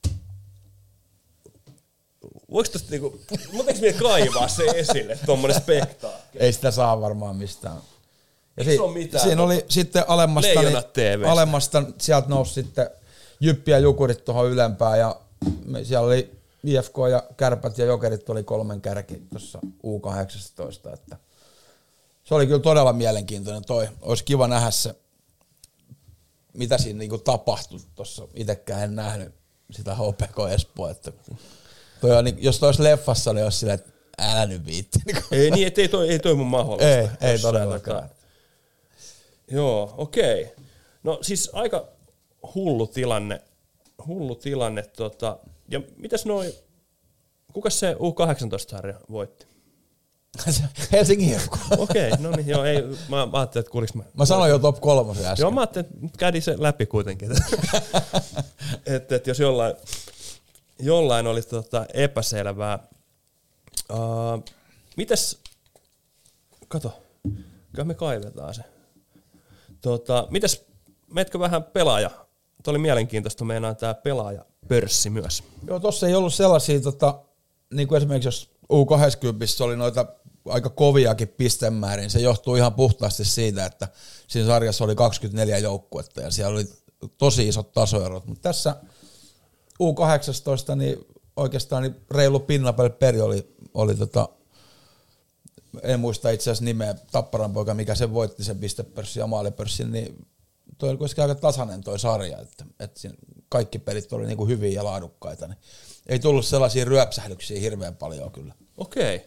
Voiko tästä niinku, voitaanko meidän kaivaa se esille, tommonen spektaakki? Ei sitä saa varmaan mistään. Ja siinä oli sitten alemmasta, sieltä nousi sitten Jyppi ja Jukurit tuohon ylempään, ja siellä oli IFK ja Kärpät ja Jokerit oli 3 kärki tuossa U18, että se oli kyllä todella mielenkiintoinen olisi kiva nähdä se, mitä siinä niinku tapahtui tuossa, itsekään en nähnyt sitä HPK Espoo, että jos toi olisi leffassa, niin olisi silleen, että älä nyt viitti. Ei niin, että ei toi mun mahdollista. Ei todellakaan. Joo, okei. No siis aika hullu tilanne. Ja mitäs kukas se U18-sarja voitti? Helsingin IFK. Okei, no niin, joo, ei, mä ajattelin, että kuuliks mä. Mä sanoin jo top 3 äsken. Joo, mä ajattelin, että kädi se läpi kuitenkin. että jos jollain olisi epäselvää. Mites, kato, kyllä me kaivetaan se. Mites, meetkö vähän oli mielenkiintoista, meinaan tämä pelaajapörssi myös. Joo, tossa ei ollut sellaisia, niin kuin esimerkiksi jos U20 oli noita aika koviakin pistemäärin, se johtuu ihan puhtaasti siitä, että siinä sarjassa oli 24 joukkuetta ja siellä oli tosi isot tasoerot, mutta tässä U18 niin oikeastaan niin reilu Pinnapel Peri oli en muista itse asiassa nimeä, Tapparan poika, mikä sen voitti sen pistepörssin ja maalipörssin, niin toi oli kuitenkin aika tasainen toi sarja, että siinä kaikki pelit oli niinku hyviä ja laadukkaita, niin ei tullut sellaisia ryöpsähdyksiä hirveän paljon kyllä. Okei.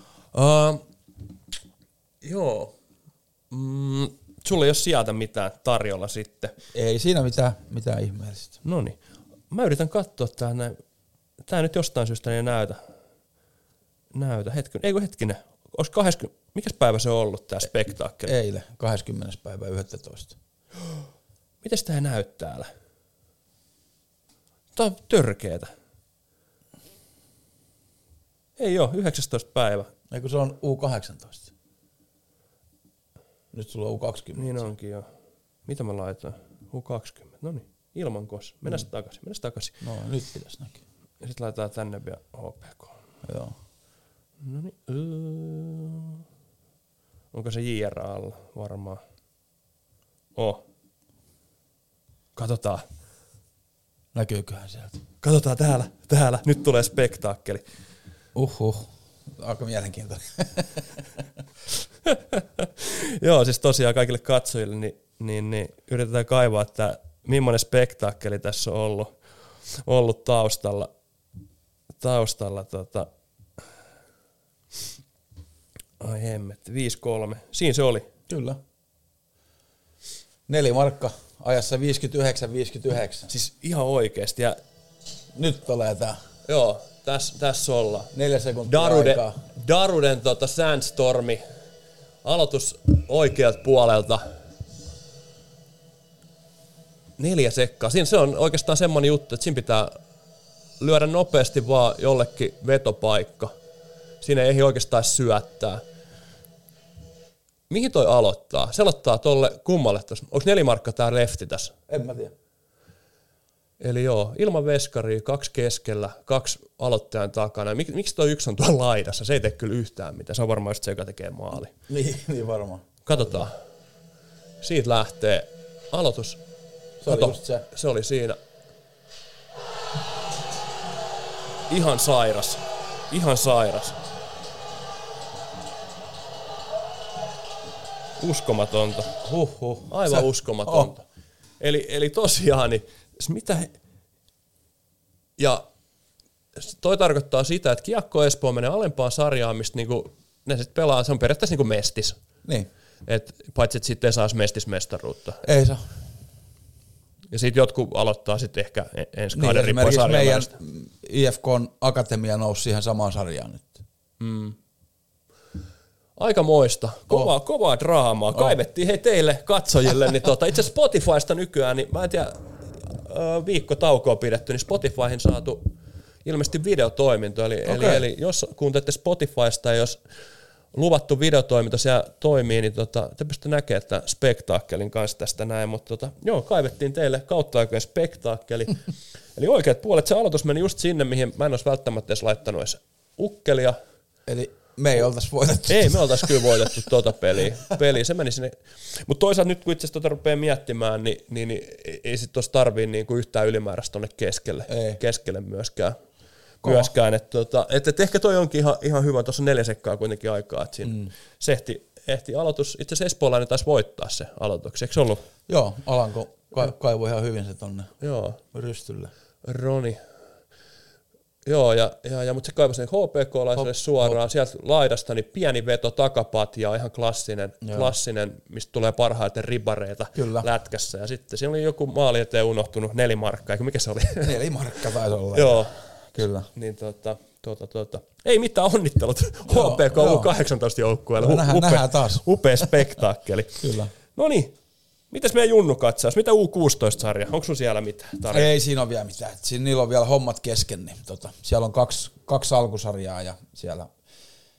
Joo. Sulla ei ole sieltä mitään tarjolla sitten. Ei siinä mitään ihmeellistä. Noniin. Mä yritän katsoa tää nyt jostain syystä ei näytä. Hetkinen. Olis 20, mikäs päivä se on ollut tää spektaakkeli? Eilen, 20. päivä 11. Mites tää näy täällä? Tää on törkeetä. Ei oo, 19. päivä. Eikö se on U18? Nyt sulla on U20. Niin onkin joo. Mitä mä laitoin? U20. Noniin, ilman kos. Mennään takaisin. No nyt pitäis näkyä. Ja sit laitetaan tänne vielä HPK. Joo. Noniin. Onko se JR alla? Varmaan. Katsotaan. Näkyyköhän sieltä? Katsotaan täällä. Nyt tulee spektaakkeli. Aika mielenkiintoinen. Joo, siis tosiaan kaikille katsojille niin yritetään kaivaa, että millainen spektaakkeli tässä on ollut taustalla. Ai hemmetti, 5-3. Siinä se oli. Kyllä. 4 markka ajassa 59-59. Siis ihan oikeesti. Ja nyt tulee tää. Joo, tässä ollaan. 4 sekuntia aikaa. Daruden Sandstormi. Aloitus oikealta puolelta. 4 sekkaa. Siinä se on oikeastaan semmoinen juttu, että siinä pitää lyödä nopeasti vaan jollekin vetopaikka. Siinä ei ehdi oikeastaan syöttää. Mihin toi aloittaa? Se aloittaa tolle kummalle tässä. Onko 4 markka tää lefti tässä? En mä tiedä. Eli joo, ilman veskaria, 2 keskellä, 2 aloittajan takana. Miksi toi 1 on tuolla laidassa? Se ei tee kyllä yhtään mitään. Se on varmaan just se, joka tekee maali. Niin varmaan. Katsotaan. Siitä lähtee aloitus. Se oli just se. Se oli siinä. Ihan sairas. Uskomatonta. Aivan uskomatonta. Eli tosiaan, niin mitä ja toi tarkoittaa sitä, että Kiekko Espoo menee alempaan sarjaan, mistä niinku, ne sit pelaa, se on periaatteessa niinku mestis. Niin. Paitsi, että sitten ei saisi mestismestaruutta. Ei saa. Ja sitten jotkut aloittaa sitten ehkä ensi kauden niin, riippuen sarjamäärästä. Meidän IFK:n akatemia nousi siihen samaan sarjaan nyt. Aika moista. Kovaa draamaa. Kaivettiin teille katsojille. Niin itse asiassa Spotifysta nykyään, niin mä en tiedä, viikko taukoa pidetty, niin Spotifyhin saatu ilmeisesti videotoiminto. Eli jos kuuntelette Spotifysta ja jos luvattu videotoiminto siellä toimii, niin te pystytte näkemään tämän spektaakkelin kanssa tästä näin. Mutta joo, kaivettiin teille kautta aikojen spektaakkeli. Eli oikeat puolet, se aloitus meni just sinne, mihin mä en olisi välttämättä edes laittanut edes ukkelia. Eli me ei oltaisi voitettu. Ei me oltaisi kyllä voitettu tuota peliä. Se meni sinne. Mutta toisaalta nyt kun itse asiassa rupeaa miettimään, niin ei sit tuossa tarvii niinku yhtään ylimääräistä tuonne keskelle myöskään. Että ehkä toi onkin ihan hyvä. Tuossa on 4 sekkaa kuitenkin aikaa. Että siinä se ehti aloitus. Itse asiassa espoolainen taisi voittaa se aloituksen. Eikö se ollut? Joo, Alanko kaivoi ihan hyvin se tonne rystylle. Roni. Joo, mutta se kaivoi sen HPK-laiselle suoraan, sieltä laidasta niin pieni veto takapatja, ihan klassinen, mistä tulee parhaiten ribareita lätkässä. Ja sitten siinä oli joku maali eteen unohtunut 4 markkaa, eikö mikä se oli? 4 markkaa taisi olla. Joo. Kyllä. Niin ei mitään onnittelut HPK U18-joukkueelle. Nähdään taas. Upea spektaakkeli. Kyllä. Noniin. Mitäs meidän Junnu katsaus? Mitä U16-sarja? Onko sun siellä mitään tarjolla? Ei siinä ole vielä mitään. Niillä on vielä hommat kesken. Niin siellä on kaksi alkusarjaa ja siellä...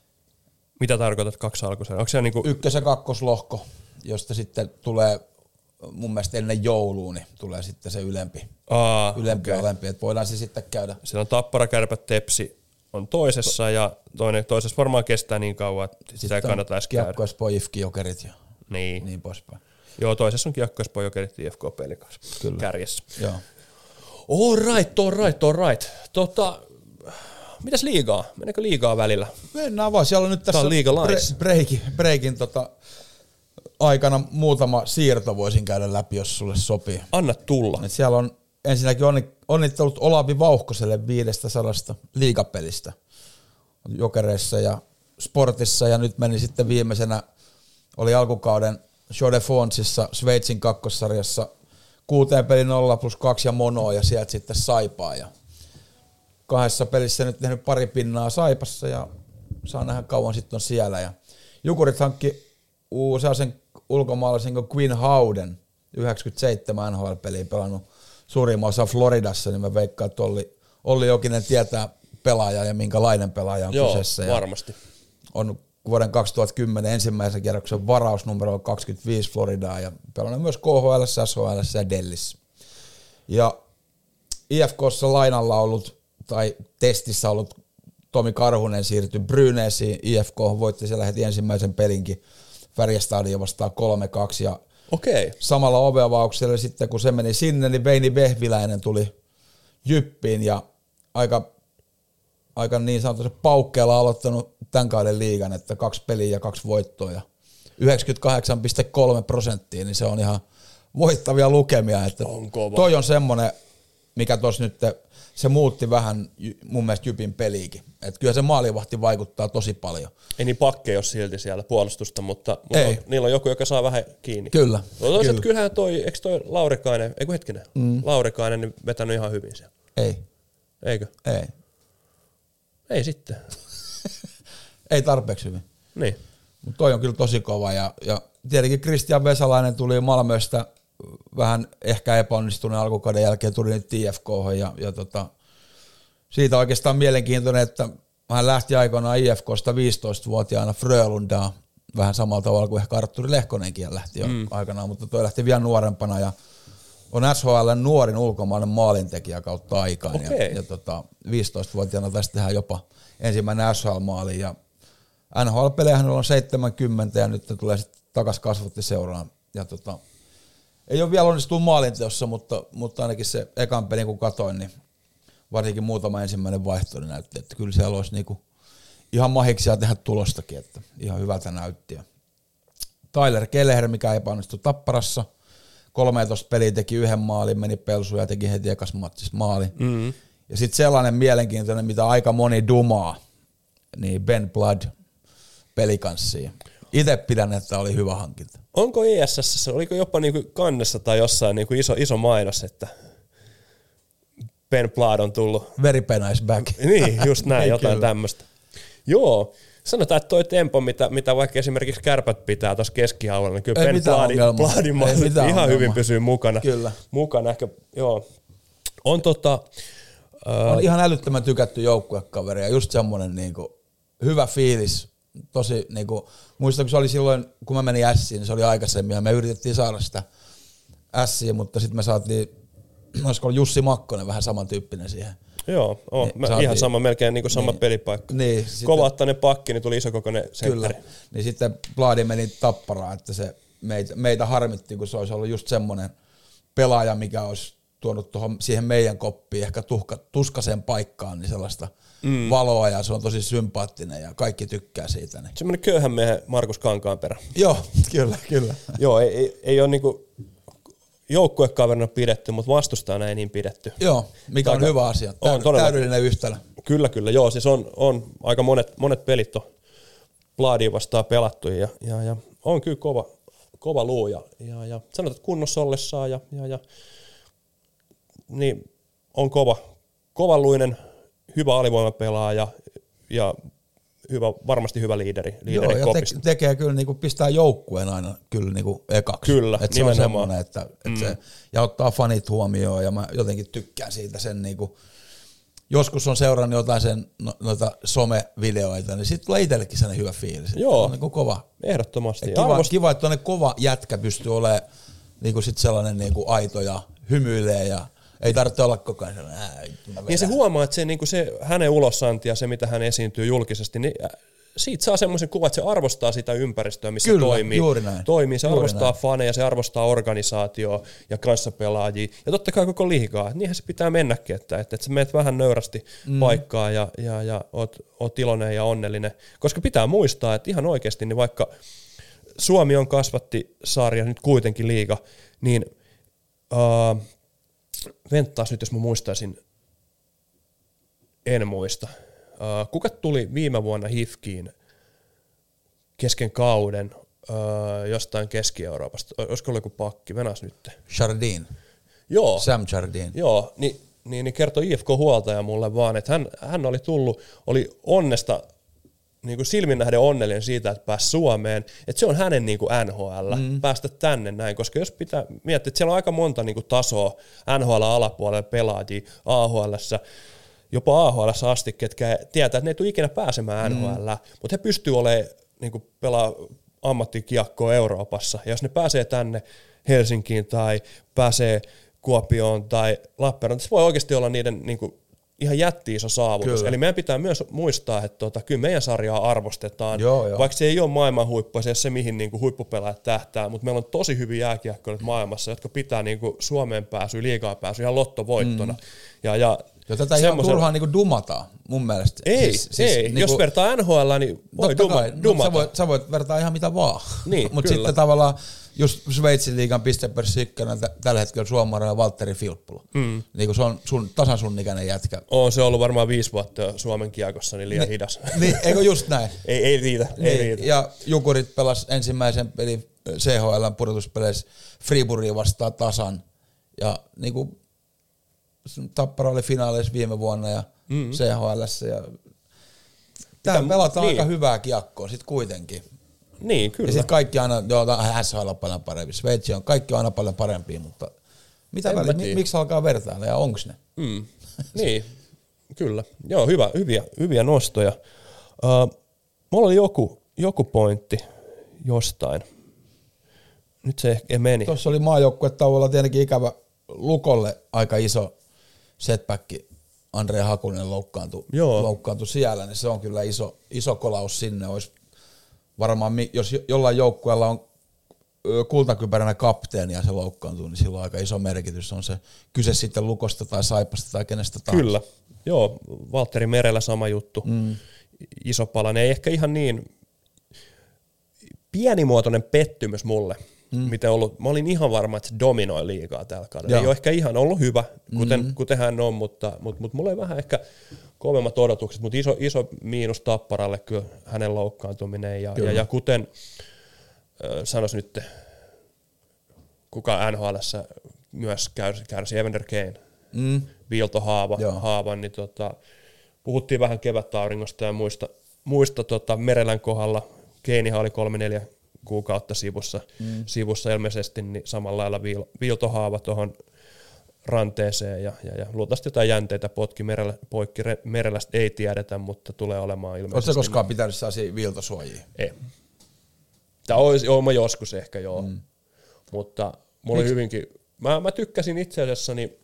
Mitä tarkoitat 2 alkusarjaa? Onko siellä niinku... 1- ja 2-lohko, josta sitten tulee mun mielestä ennen joulua, niin tulee sitten se ylempi ja alempi, että voidaan se sitten käydä. Siellä on Tappara, Kärpät, Tepsi on toisessa ja toisessa varmaan kestää niin kauan, että sitä ei kannata edes käydä. Kiekko, Espoo, IFK, Jokerit ja niin poispäin. Joo, toisessa on Kiekko, Espoo, Jokerit, IFK Pelikas kärjessä. Joo. All right. Mitäs liigaa? Meneekö liigaa välillä? Mennään vaan, siellä on nyt tässä breakin aikana muutama siirto voisin käydä läpi, jos sulle sopii. Anna tulla. Et siellä on ensinnäkin onnittelut Olavi Vauhkoselle 500 liigapelistä Jokereissa ja Sportissa, ja nyt meni sitten viimeisenä, oli alkukauden Show de Fonsissa Sveitsin kakkossarjassa 6 peli 0+2 ja monoa, ja sieltä sitten Saipaa, ja 2 pelissä nyt tehnyt pari pinnaa Saipassa, ja saa nähdä kauan sitten on siellä, ja Jukurit hankki sellaisen ulkomaalaisen kuin Quinn Howden, 97 NHL-peliä pelannut suurimman osa Floridassa, niin mä veikkaan, että Olli Jokinen tietää pelaajaa ja minkälainen pelaaja on kyseessä. Joo, varmasti. On vuoden 2010 ensimmäisen kierroksen varausnumero 25 Floridaa ja pelannut myös KHL, SHL ja Dellissä. Ja IFK:ssa lainalla ollut, tai testissä ollut Tomi Karhunen siirtyi Brynäsiin. IFK voitti siellä heti ensimmäisen pelinkin Färjestadia vastaan 3-2 ja samalla oveavauksella sitten kun se meni sinne, niin Veini Vehviläinen tuli Jyppiin ja aika niin sanotusti paukkeella aloittanut tämän kauden liigan, että 2 peliä ja 2 voittoa ja 98,3%, niin se on ihan voittavia lukemia, että toi on semmoinen, mikä tuossa nyt se muutti vähän mun mielestä Jypin peliikin. Että kyllä se maalivahti vaikuttaa tosi paljon. Ei niin pakkeja ole silti siellä puolustusta, mutta niillä on joku, joka saa vähän kiinni. Kyllä. Toisaalta kyllähän eikö toi Laurikainen, Laurikainen niin vetänyt ihan hyvin siellä. Ei. Eikö? Ei. Ei sitten. Ei tarpeeksi hyvin. Niin. Mutta toi on kyllä tosi kova ja tietenkin Kristian Vesalainen tuli Malmöstä vähän ehkä epäonnistuneen alkukauden jälkeen, tuli nyt IFK:hon ja siitä oikeastaan mielenkiintoinen, että hän lähti aikoinaan IFK:sta 15-vuotiaana Frölundaa, vähän samalla tavalla kuin ehkä Artturi Lehkonenkin lähti jo aikanaan, mutta toi lähti vielä nuorempana ja on SHL:n nuorin ulkomainen maalintekijä kautta aikaan ja 15-vuotiaana tästä tehdään jopa ensimmäinen SHL-maali ja NHL-pelejä hänellä on 70 ja nyt tulee sitten takaisin kasvattiseuraan ja ei ole vielä onnistunut maalinteossa, mutta ainakin se ekan pelin kun katoin, niin varsinkin muutama ensimmäinen vaihto niin näytti, että kyllä siellä olisi niinku ihan mahiksia tehdä tulostakin, että ihan hyvältä näytti. Tyler Kelleher, mikä epäonnistui Tapparassa, 13 peliä teki 1 maalin, meni pelsuun ja teki heti ekas matsissa maalin. Mm-hmm. Ja sitten sellainen mielenkiintoinen, mitä aika moni dumaa, niin Ben Blood pelikanssiin. Itse pidän, että oli hyvä hankinta. Onko ISS, oliko jopa niinku kannessa tai jossain niinku iso mainos, että Ben Blood on tullut? Very nice back. Niin, just näin, jotain tämmöistä. Joo, sanotaan, että toi tempo, mitä vaikka esimerkiksi Kärpät pitää tuossa keskialueella, niin kyllä Ben Bloodin ihan hyvin pysyy mukana. Kyllä. Mukana ehkä, joo. On on ihan älyttömän tykätty joukkuekaveri ja just semmoinen niinku hyvä fiilis. Tosi niinku, muistan kun se oli silloin, kun mä menin Ässiin, niin se oli aikaisemmin ja me yritettiin saada sitä Ässiä, mutta sitten me saatiin, olisiko ollut Jussi Makkonen vähän samantyyppinen siihen. Joo, niin ihan sama, melkein niinku sama pelipaikka. Niin, Kovattainen pakki, niin tuli isokokoinen sentteri. Kyllä, niin sitten Bladi meni Tapparaan, että se meitä harmitti, kun se olisi ollut just semmoinen pelaaja, mikä olisi tuonut siihen meidän koppiin ehkä tuskaseen paikkaan, niin sellaista valoa ja se on tosi sympaattinen ja kaikki tykkää siitä. Niin. Semmoinen köyhän miehen Markus Kankaanperä. Joo, kyllä. Joo, ei ole niinku joukkuekaverina pidetty, mutta vastustajana ei niin pidetty. Joo, mikä on hyvä asia. Täydellinen yhtälö. Kyllä. Joo, siis on aika monet pelit on Bladia vastaan pelattu ja on kyllä kova luu ja sanotaan, että kunnossa ollessaan ja niin on kovaluinen, hyvä alivoimapelaaja ja varmasti hyvä liideri kopista. Tekee kyllä niinku pistää joukkueen aina kyllä niinku ekaksi. Kyllä, se on semmoinen, että se, ja ottaa fanit huomioon ja mä jotenkin tykkään siitä sen niinku, joskus on seurannut jotain noita somevideoita, niin sitten tulee itsellekin sellainen hyvä fiilis. Joo, on niinku kova. Ehdottomasti. Kiva, että tuonne kova jätkä pystyy olemaan niinku sit sellainen niinku aito ja hymyilee ja ei tarvitse olla koko ajan sellainen. Niin se huomaa, että se hänen ulosanti ja se, mitä hän esiintyy julkisesti, niin siitä saa semmoisen kuvan, että se arvostaa sitä ympäristöä, missä toimii. Se arvostaa faneja, se arvostaa organisaatioa ja kanssapelaajia. Ja totta kai koko liigaa. Niinhän se pitää mennäkin, että sä menet vähän nöyrästi paikkaan ja oot iloinen ja onnellinen. Koska pitää muistaa, että ihan oikeasti, niin vaikka Suomi on kasvattisarja, nyt kuitenkin liiga, niin venttaas nyt, jos mä muistaisin, en muista. Kuka tuli viime vuonna HIFKiin kesken kauden jostain Keski-Euroopasta? Olisiko ollut joku pakki? Venäs nyt. Jardine. Joo. Sam Jardine. Joo, niin kertoi IFK-huoltaja mulle vaan, että hän oli onnesta niin kuin silmin nähden onnellinen siitä, että pääsi Suomeen, että se on hänen niin kuin NHL, päästä tänne näin, koska jos pitää miettiä, että siellä on aika monta niin kuin tasoa NHL-alapuolella pelaajia AHL:ssä, jopa AHL:ssä asti, ketkä tietää, että ne ei tule ikinä pääsemään NHL, mutta he pystyvät olemaan niin pelaa ammattikiekkoa Euroopassa, ja jos ne pääsee tänne Helsinkiin tai pääsee Kuopioon tai Lappeenrantaan, se voi oikeasti olla niiden niin kuin ihan jätti-iso saavutus. Kyllä. Eli meidän pitää myös muistaa, että kyllä meidän sarjaa arvostetaan, vaikka se ei ole maailman huippu, se ei ole se, mihin niin kuin huippupelaajat tähtää, mutta meillä on tosi hyviä jääkiekkoja maailmassa, jotka pitää niin kuin Suomeen pääsyä, liigaan pääsyä ihan lottovoittona. Ja tätä ihan turhaan niin dumata, mun mielestä. Ei, niin jos vertaa NHL, niin voi dumata. Sä voit vertaa ihan mitä vaan. Niin, mutta sitten tavallaan just Sveitsin liigan pistepörssi ykkönen tällä hetkellä suomalainen Valtteri Filppula. Niin se on tasan sun ikäinen jätkä. On se ollut varmaan 5 vuotta jo Suomen kiekossa, niin liian hidas. Niin, eikö just näin? ei riitä. Ja Jukurit pelasi ensimmäisen pelin CHL:n pudotuspeleissä Friburgia vastaan tasan. Ja niinku Tappara oli finaaleissa viime vuonna ja CHL:ssä. Ja täällä pelataan aika hyvää kiekkoa sit kuitenkin. Niin, kyllä. Ja sitten kaikki aina, SHL on paljon parempi, Sveitsi on, kaikki on aina paljon parempia, mutta miksi alkaa vertailla ja onks ne? Niin, kyllä. Joo, hyviä nostoja. Mulla oli joku pointti jostain. Nyt se ehkä meni. Tuossa oli maajoukkuetauolla tietenkin ikävä Lukolle aika iso setback. Andre Hakunen loukkaantui siellä, niin se on kyllä iso kolaus sinne. Olisi varmaan, jos jollain joukkueella on kultakypäränä kapteeni ja se loukkaantuu, niin sillä on aika iso merkitys. On se kyse sitten Lukosta tai Saipasta tai kenestä tahansa. Kyllä. Joo, Valtteri Merellä sama juttu. Iso palanen. Ei ehkä ihan niin pienimuotoinen pettymys mulle. Miten ollut, mä olin ihan varma, että se dominoi liigaa tällä kaudella. Ei ole ehkä ihan ollut hyvä, kuten hän on, mutta mulla ei vähän ehkä kovemmat odotukset, mutta iso miinus Tapparalle kyllä hänen loukkaantuminen. Ja kuten sanoisin nyt, kuka NHL:ssä myös kärsi Evander Kane, viiltohaava, niin puhuttiin vähän kevätauringosta ja muista Merelän kohdalla. Kanehan oli 3-4 kuukautta sivussa ilmeisesti, niin samalla lailla viiltohaava tuohon ranteeseen ja luultavasti jotain jänteitä poikki Merelästä ei tiedetä, mutta tulee olemaan ilmeisesti. Oletko koskaan pitänyt sellaisia viiltosuojia? Ei. Tämä olisi oma joskus ehkä joo, mutta mulla oli hyvinkin, mä tykkäsin itse asiassa, niin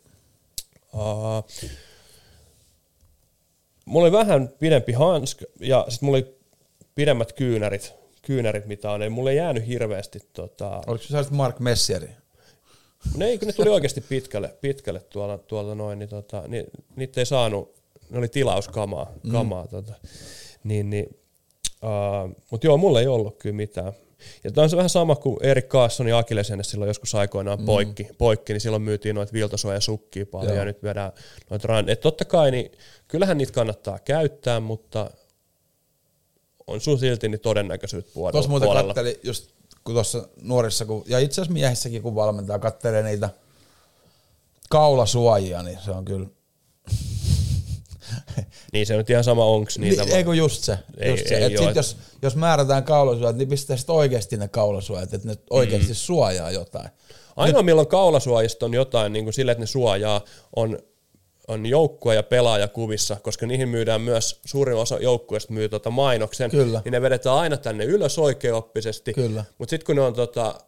mulla oli vähän pidempi hanska ja sitten mulla oli pidemmät kyynärit mitä on, eli mulle ei jäänyt hirveästi. Oliko se sellaiset Mark Messieri? Ne tuli oikeasti pitkälle tuolla noin, niin niitä ei saanut, ne oli tilauskamaa. Mutta joo, mulla ei ollut kyllä mitään. Ja tämä on se vähän sama kuin Erik Kaassonin Akillesjänne silloin joskus aikoinaan poikki, niin silloin myytiin noita viiltosuojasukkia paljon ja nyt vedään noita totta kai, niin kyllähän niitä kannattaa käyttää, mutta on sun silti niin todennäköisyyttä puolella. Tuossa muuten katteli, just kun tuossa nuorissa, ja itse asiassa miehissäkin kun valmentaa, kattelee niitä kaulasuojia, niin se on kyllä. Niin se on nyt ihan sama, onks niitä. Niin, eikö just se. Jos määrätään kaulasuojat, niin pistää sitten oikeasti ne kaulasuojat, että ne oikeasti suojaa jotain. Ainoa milloin kaulasuojista on jotain niin kuin sille, että ne suojaa, on joukkue ja pelaajakuvissa, koska niihin myydään myös, suurin osa joukkueista myy mainoksen, Kyllä. niin ne vedetään aina tänne ylös oikeaoppisesti, mutta sitten kun ne on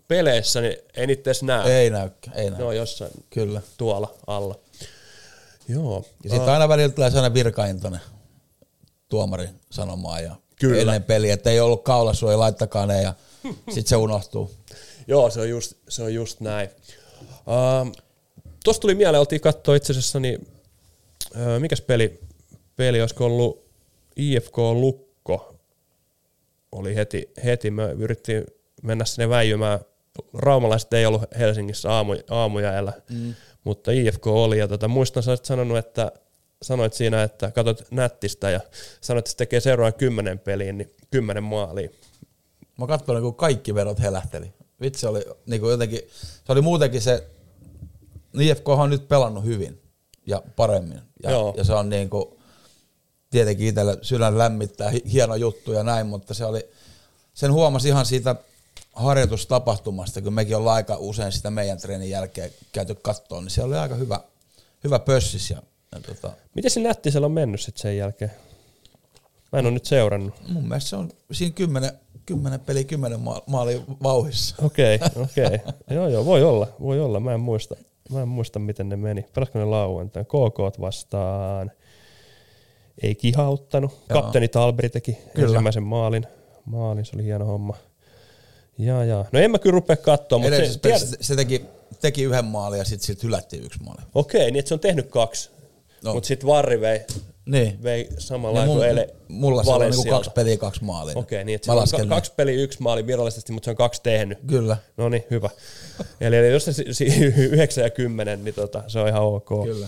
peleissä, niin ei niitä edes näe. Ei näy. Ne on jossain Kyllä. tuolla alla. Joo. Ja sitten aina välillä tulee sellainen virkaintoinen tuomari sanomaan ja Kyllä. ennen peliä, että ei ollut kaulasuoja, laittakaa ne ja sitten se unohtuu. Joo, se on just näin. Tuossa tuli mieleen, oltiin katsoa itse asiassa, niin mikäs peli olisiko ollut IFK Lukko, oli heti me yrittiin mennä sinne väijymään. Raumalaiset ei ollut Helsingissä aamujäällä, mutta IFK oli, ja muistan, sä olisit sanoit siinä, että katsot nättistä ja sanoit, että se tekee seuraavan 10 peliin, niin 10 maalia. Mä katsoin, kun kaikki verot helähteli. Vitsi oli niin kuin jotenkin, se oli muutenkin se, IFK on nyt pelannut hyvin ja paremmin. Ja se on niin kuin, tietenkin itselle sydän lämmittää, hieno juttu ja näin, mutta se oli, sen huomasi ihan siitä harjoitustapahtumasta, kun mekin ollaan aika usein sitä meidän treenin jälkeen käyty kattoon, niin se oli aika hyvä pössis. Miten se Nättisellä on mennyt sitten sen jälkeen? Mä en ole nyt seurannut. Mun mielestä se on siinä 10 peli 10 maalin vauhissa. Okei. Joo, voi olla. Mä en muista, miten ne meni. Pelasko ne lauantain? KK vastaan. Ei kihauttanut. Joo. Kapteeni Talberi teki ensimmäisen maalin. Se oli hieno homma. Ja. No en mä kyllä rupea katsoa, mutta se teki yhden maalin ja sitten hylättiin 1 maali. Okei, niin että se on tehnyt 2. No. Mutta sitten Varri vei samalla lailla kuin eilen mulla se on niinku 2 peliä 2 maalia. Okei, niin että se on 2 peliä 1 maali virallisesti, mutta se on 2 tehnyt. Kyllä. No niin, hyvä. Eli jos se 9 ja 10, niin se on ihan ok. Kyllä.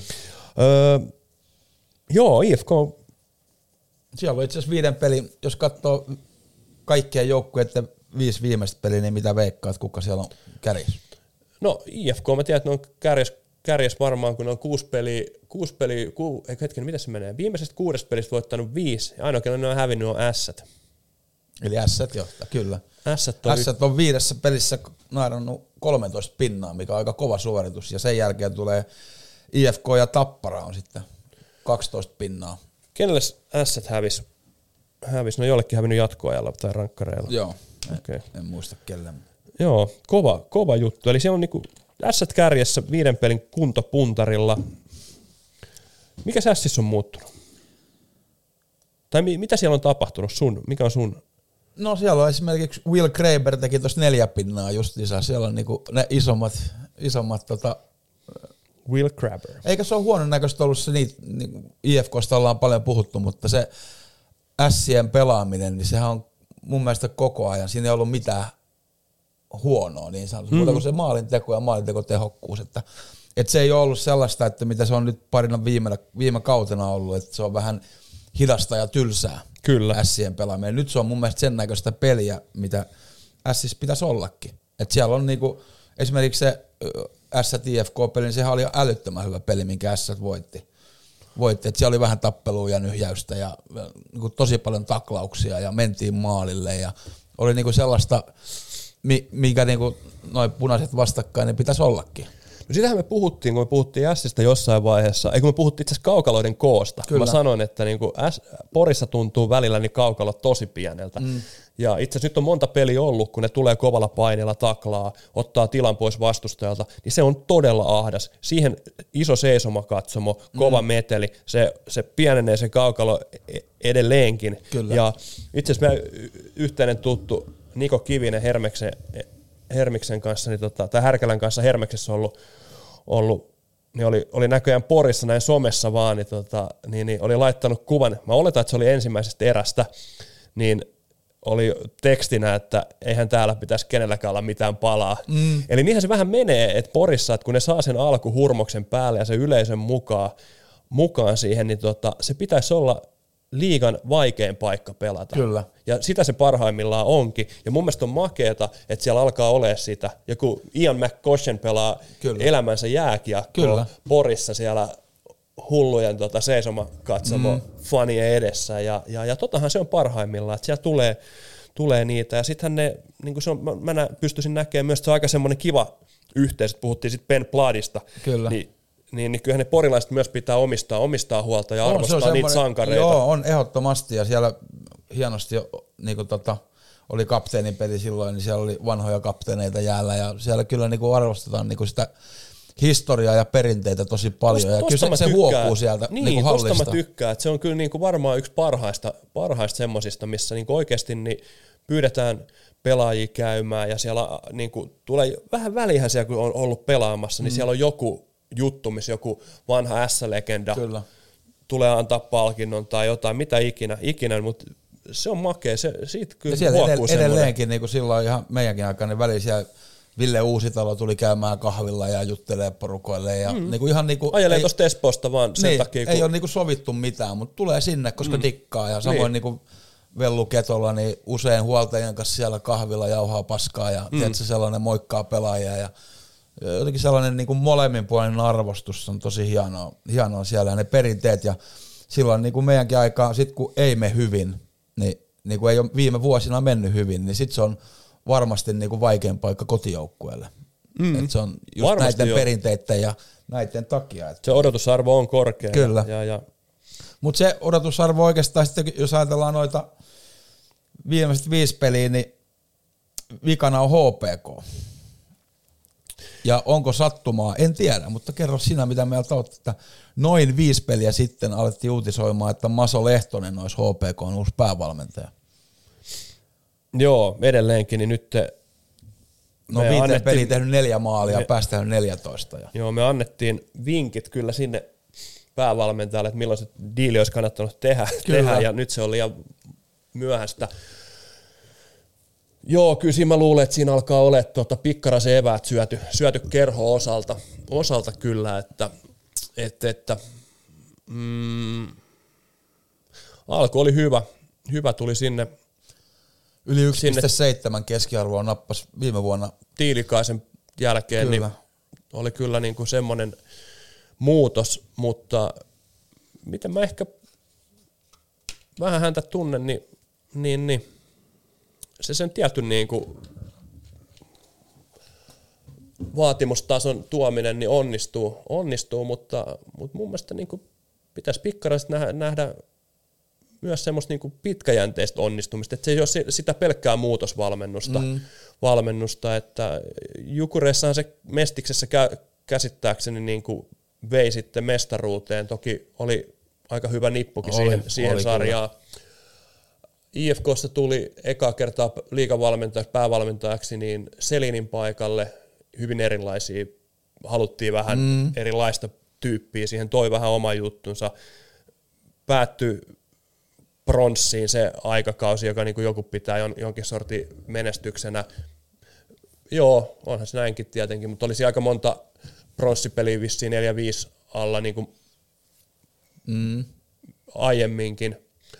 Joo, IFK. Siellä on itse asiassa 5 peli, jos katsoo kaikkien joukkueiden 5 viimeistä peliä, niin mitä veikkaat, kuka siellä on kärjessä? No IFK, mä tiedän, että ne on kärjessä varmaan, kun ne on 6 peliä, mitä se menee? Viimeisestä 6 pelistä voittanut 5, ja ainoa, kenen ne on hävinnyt, on Ässät. Eli Ässät johtaa, kyllä. Ässät on 5 pelissä nairannut 13 pinnaa, mikä on aika kova suoritus, ja sen jälkeen tulee IFK ja Tappara on sitten 12 pinnaa. Kenelle Ässät hävisi? No jollekin hävinnyt jatkoajalla tai rankkareilla. Joo, okay. En muista kelle. Joo, kova juttu. Eli siellä on niinku Ässät kärjessä 5 pelin kuntopuntarilla. Mikä Ässissä on muuttunut? Tai mitä siellä on tapahtunut? Mikä on sun? No siellä on esimerkiksi Will Kraber teki tuossa 4 pinnaa justiinsa. Siellä on niinku ne isommat Will Kraber. Eikä se ole huonon näköistä ollut se, niin IFKsta ollaan paljon puhuttu, mutta se Ässien pelaaminen, niin sehän on mun mielestä koko ajan. Siinä ei ollut mitään huonoa niin sanotusti, mutta kun se maalinteko ja maalintekotehokkuus, että se ei ole ollut sellaista, että mitä se on nyt parina viime kautena ollut, että se on vähän hidasta ja tylsää. Kyllä. Ässien pelaaminen. Nyt se on mun mielestä sen näköistä peliä, mitä Ässissä pitäisi ollakin. Että siellä on niinku, esimerkiksi se Ässät IFK-peli, niin sehän oli älyttömän hyvä peli, minkä Ässät voitti. Että siellä oli vähän tappelua ja nyhjäystä ja niinku tosi paljon taklauksia ja mentiin maalille ja oli niinku sellaista, mikä niinku noin punaiset vastakkain niin pitäisi ollakin. No sitähän me puhuttiin, kun me puhuttiin Ässistä jossain vaiheessa, kun me puhuttiin itse asiassa kaukaloiden koosta. Kyllä. Mä sanoin, että niinku Porissa tuntuu välillä niin kaukalot tosi pieneltä. Ja itse asiassa nyt on monta peliä ollut, kun ne tulee kovalla paineella taklaa, ottaa tilan pois vastustajalta, niin se on todella ahdas. Siihen iso seisomakatsomo, kova meteli, se pienenee se kaukalo edelleenkin. Kyllä. Ja itse asiassa meidän yhteinen tuttu Niko Kivinen Hermiksen kanssa, tai Härkälän kanssa Hermeksessä ollut niin oli näköjään Porissa näin somessa vaan, niin oli laittanut kuvan, mä oletan, että se oli ensimmäisestä erästä, niin oli tekstinä, että eihän täällä pitäisi kenelläkään olla mitään palaa. Eli niinhän se vähän menee, että Porissa, että kun ne saa sen alkuhurmoksen päälle ja sen yleisön mukaan siihen, niin se pitäisi olla liigan vaikein paikka pelata. Kyllä. Ja sitä se parhaimmillaan onkin. Ja mun mielestä on makeeta, että siellä alkaa olemaan sitä. Joku Ian McCoshen pelaa elämänsä jääkiekkoa Porissa siellä hullujen seisomakatsomo fanien edessä. Ja totahan se on parhaimmillaan, että siellä tulee niitä. Ja sittenhän ne, niin kuin se on, mä pystyisin näkemään myös, että se on aika semmoinen kiva yhteys, että puhuttiin sitten Ben Bloodista. Kyllä. Niin kyllähän ne porilaiset myös pitää omistaa huolta ja arvostaa niitä sankareita. Joo, on ehdottomasti ja siellä hienosti niin oli kapteenin peli silloin, niin siellä oli vanhoja kapteeneita jäällä ja siellä kyllä niinku arvostetaan niinku sitä historiaa ja perinteitä tosi paljon ja kyllä se huokuu sieltä niinku hallista. Tosta mä tykkään, että se on kyllä niinku varmaan yksi parhaista semmosista, missä niinku oikeasti niin pyydetään pelaajia käymään ja siellä niinku tulee vähän välihän siellä, kun on ollut pelaamassa, niin siellä on joku juttu, missä joku vanha S-legenda kyllä tulee antaa palkinnon tai jotain, mitä ikinä, mutta se on makea, siitä kyllä ja huokuu edelleenkin niin kuin silloin ihan meidänkin aikaan, niin väliin siellä Ville Uusitalo tuli käymään kahvilla ja juttelee porukoille ja niinku ihan niinku ajelee tuosta Espoosta vaan sen takia, kun ei ole niinku sovittu mitään, mutta tulee sinne, koska dikkaa ja samoin niinku Vellu Ketola, niin usein huoltajien kanssa siellä kahvilla jauhaa paskaa ja tiedätkö, sellainen moikkaa pelaajia ja jotenkin sellainen niin kuin molemminpuolinen arvostus on tosi hienoa siellä ja ne perinteet ja silloin niin kuin meidänkin aikaan, sit kun ei mene hyvin, niin kun ei ole viime vuosina mennyt hyvin, niin sit se on varmasti niin kuin vaikein paikka kotijoukkueelle. Et se on just varmasti näiden perinteiden ja näiden takia. Että se odotusarvo on korkea. Kyllä. Mutta se odotusarvo oikeastaan sitten, jos ajatellaan noita viimeiset 5 peliä, niin vikana on HPK. Ja onko sattumaa? En tiedä, mutta kerro sinä, mitä mieltä olet, että noin 5 peliä sitten alettiin uutisoimaan, että Maso Lehtonen olisi HPK:n uusi päävalmentaja. Joo, edelleenkin, niin nyt no 5 peliä tehnyt 4 maalia, päästään 14. Joo, me annettiin vinkit kyllä sinne päävalmentajalle, että milloin se diili olisi kannattanut tehdä ja nyt se on liian myöhäistä. Joo, kyllä mä luulen, että siinä alkaa olemaan Pikkaraisen eväät syöty kerho-osalta kyllä, että alku oli hyvä tuli sinne. Yli 1,7 keskiarvoa nappasi viime vuonna. Tiilikaisen jälkeen niin oli kyllä niin kuin semmoinen muutos, mutta miten mä ehkä vähän häntä tunnen, niin se sen tietyn niin kuin vaatimustason tuominen niin onnistuu, mutta mun mielestä niin kuin pitäisi Pikkaraisesta nähdä myös semmoista niin kuin pitkäjänteistä onnistumista, että se ei ole sitä pelkkää muutosvalmennusta, että Jukureissahan se Mestiksessä käsittääkseni niin kuin vei sitten mestaruuteen, toki oli aika hyvä nippukin siihen sarjaan. IFK:ssa tuli eka kertaa päävalmentajaksi niin Selinin paikalle hyvin erilaisia, haluttiin vähän erilaista tyyppiä, siihen toi vähän oma juttunsa, päättyi pronssiin se aikakausi, joka niin kuin joku pitää jonkin sortin menestyksenä. Joo, onhan se näinkin tietenkin, mutta olisi aika monta pronssipeliä vissiin 4-5 alla niin kuin aiemminkin.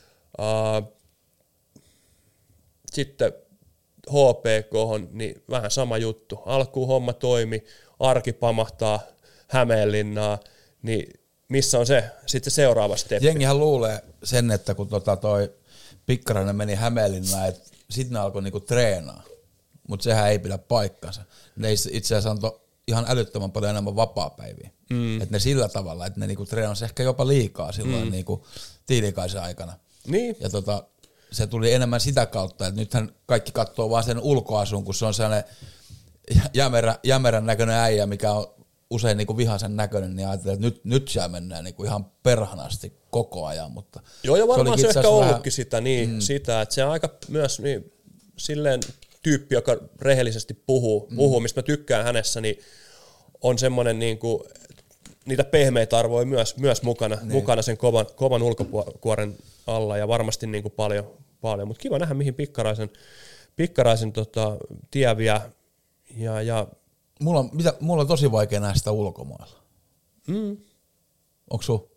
Sitten HPK:hon, niin vähän sama juttu. Alkuun homma toimi, arki pamahtaa Hämeenlinnaa, niin missä on sitten se seuraava steppi? Jengihän luulee sen, että kun toi Pikkarainen meni Hämeenlinnaan, että sitten ne alkoi niinku treenaa, mutta sehän ei pidä paikkansa. Ne itse asiassa antoi ihan älyttömän paljon enemmän vapaapäiviä. Että ne sillä tavalla, että ne niinku treenasi ehkä jopa liikaa silloin niinku Tiilikaisen aikana. Niin. Ja se tuli enemmän sitä kautta, että nythän kaikki katsoo vaan sen ulkoasun, kun se on sellainen jämerän näköinen äijä, mikä on usein niinku vihaisen näköinen, niin ajattelee, että nyt siellä mennään niinku ihan perhanasti koko ajan. Mutta joo, ja varmaan se ehkä ollutkin sitä, että se on aika myös niin, silleen tyyppi, joka rehellisesti puhuu, mistä mä tykkään hänessä, niin on semmoinen niinku, niitä pehmeitä arvoja myös mukana sen kovan ulkokuoren alla ja varmasti niinku paljon, mutta kiva nähdä mihin Pikkaraisen tie vie ja Mulla on tosi vaikea nähdä sitä ulkomailla. Onko sun?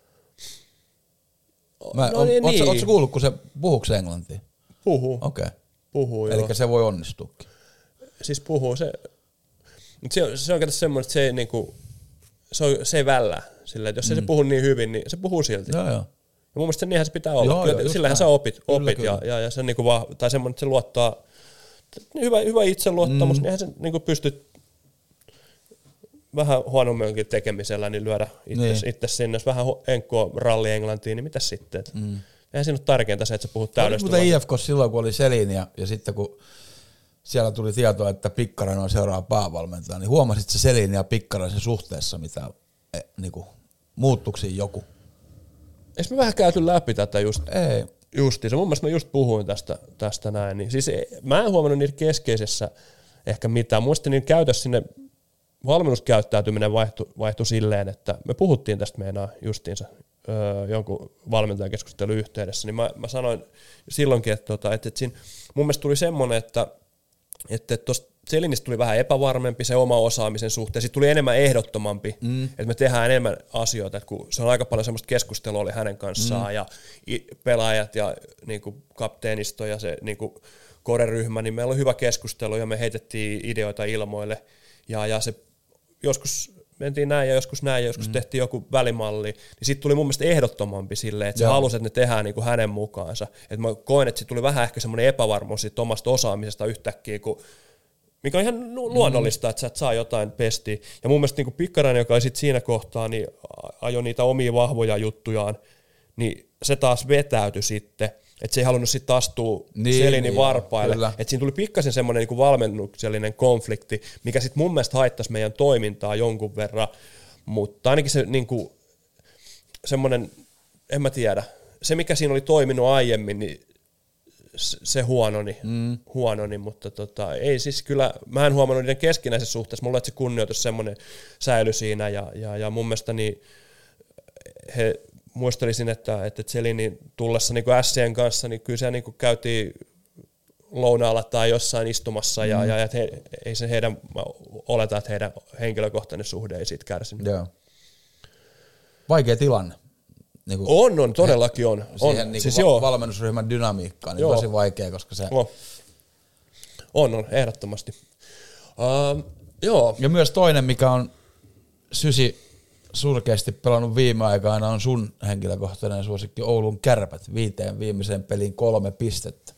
Ootko kuullut, kun se puhuuko se englantia? Puhuu. Okei. Puhuu, joo. Elikkä se voi onnistuukin. Siis puhuu se. Se on semmoinen, että se ei niinku, se ei vällää. Sillä, että jos se puhuu niin hyvin, niin se puhuu silti. Joo. Ja mun mielestä niinhän se pitää olla. Sillähän sä opit kyllä. Ja se niinku tai semmoinen, että se luottaa, hyvä itseluottamus, niin eihän se niinku pysty vähän huonomminkin tekemisellä niin lyödä itse sinne. Jos vähän enkkoa ralli Englantiin, niin mitäs sitten? Eihän siinä ole tärkeintä se, että sä puhut täydestä. Mutta IFK silloin, kun oli Selin ja sitten kun siellä tuli tietoa, että Pikkarainen on seuraava päävalmentaja, niin huomasit se Selin ja Pikkaraisen suhteessa, mitä niinku, muuttuiko joku? Eikö me vähän käyty läpi tätä just? Ei. Justiinsa. Mun mielestä mä just puhuin tästä näin. Niin siis mä en huomannut niitä keskeisessä ehkä mitään. Mun mielestä niin käytössä sinne valmennuskäyttäytyminen vaihtui silleen, että me puhuttiin tästä meinaa justiinsa jonkun valmentajakeskustelun yhteydessä, niin mä sanoin silloinkin, että siinä mun mielestä tuli semmoinen, että tuosta Selinistä tuli vähän epävarmempi se oma osaamisen suhteen, sitten tuli enemmän ehdottomampi, että me tehdään enemmän asioita, että kun se on aika paljon semmoista keskustelua oli hänen kanssaan ja pelaajat ja niin kuin kapteenisto ja se niin kuin koreryhmä, niin meillä oli hyvä keskustelu ja me heitettiin ideoita ilmoille ja se joskus mentiin näin ja joskus tehtiin joku välimalli, niin siitä tuli mun mielestä ehdottomampi silleen, että se halusi, että ne tehdään niin kuin hänen mukaansa. Että mä koen, että siitä tuli vähän ehkä semmoinen epävarmuus siitä omasta osaamisesta yhtäkkiä, mikä on ihan luonnollista, että sä et saa jotain pestiä. Ja mun mielestä niin Pikkarainen, joka oli sit siinä kohtaa, niin ajoi niitä omia vahvoja juttujaan, niin se taas vetäytyi sitten, että se ei halunnut sitten astua Selinin varpaille. Että siinä tuli pikkasen semmoinen niin valmennuksellinen konflikti, mikä sitten mun mielestä haittaisi meidän toimintaa jonkun verran, mutta ainakin se niin kuin, semmoinen, en mä tiedä, se mikä siinä oli toiminut aiemmin, niin se huononi, mutta ei siis kyllä, mä en huomannut niiden keskinäisessä suhteessa, mulla se kunnioitus semmoinen säilyi siinä ja mun mielestä niin muistelisin, että Selinin tullessa niin Sien kanssa, niin kyllä siellä niin käytiin lounaalla tai jossain istumassa ja että ei se heidän, mä oletan, että heidän henkilökohtainen suhde ei siitä kärsinyt. Joo. Vaikea tilanne. Niin on, todellakin on. Siihen niin siis valmennusryhmän dynamiikkaan, niin tosi vaikea, koska se... On, ehdottomasti. Joo. Ja myös toinen, mikä on Sysi surkeasti pelannut viime aikaina, on sun henkilökohtainen suosikki Oulun Kärpät, 5 viimeiseen peliin 3 pistettä.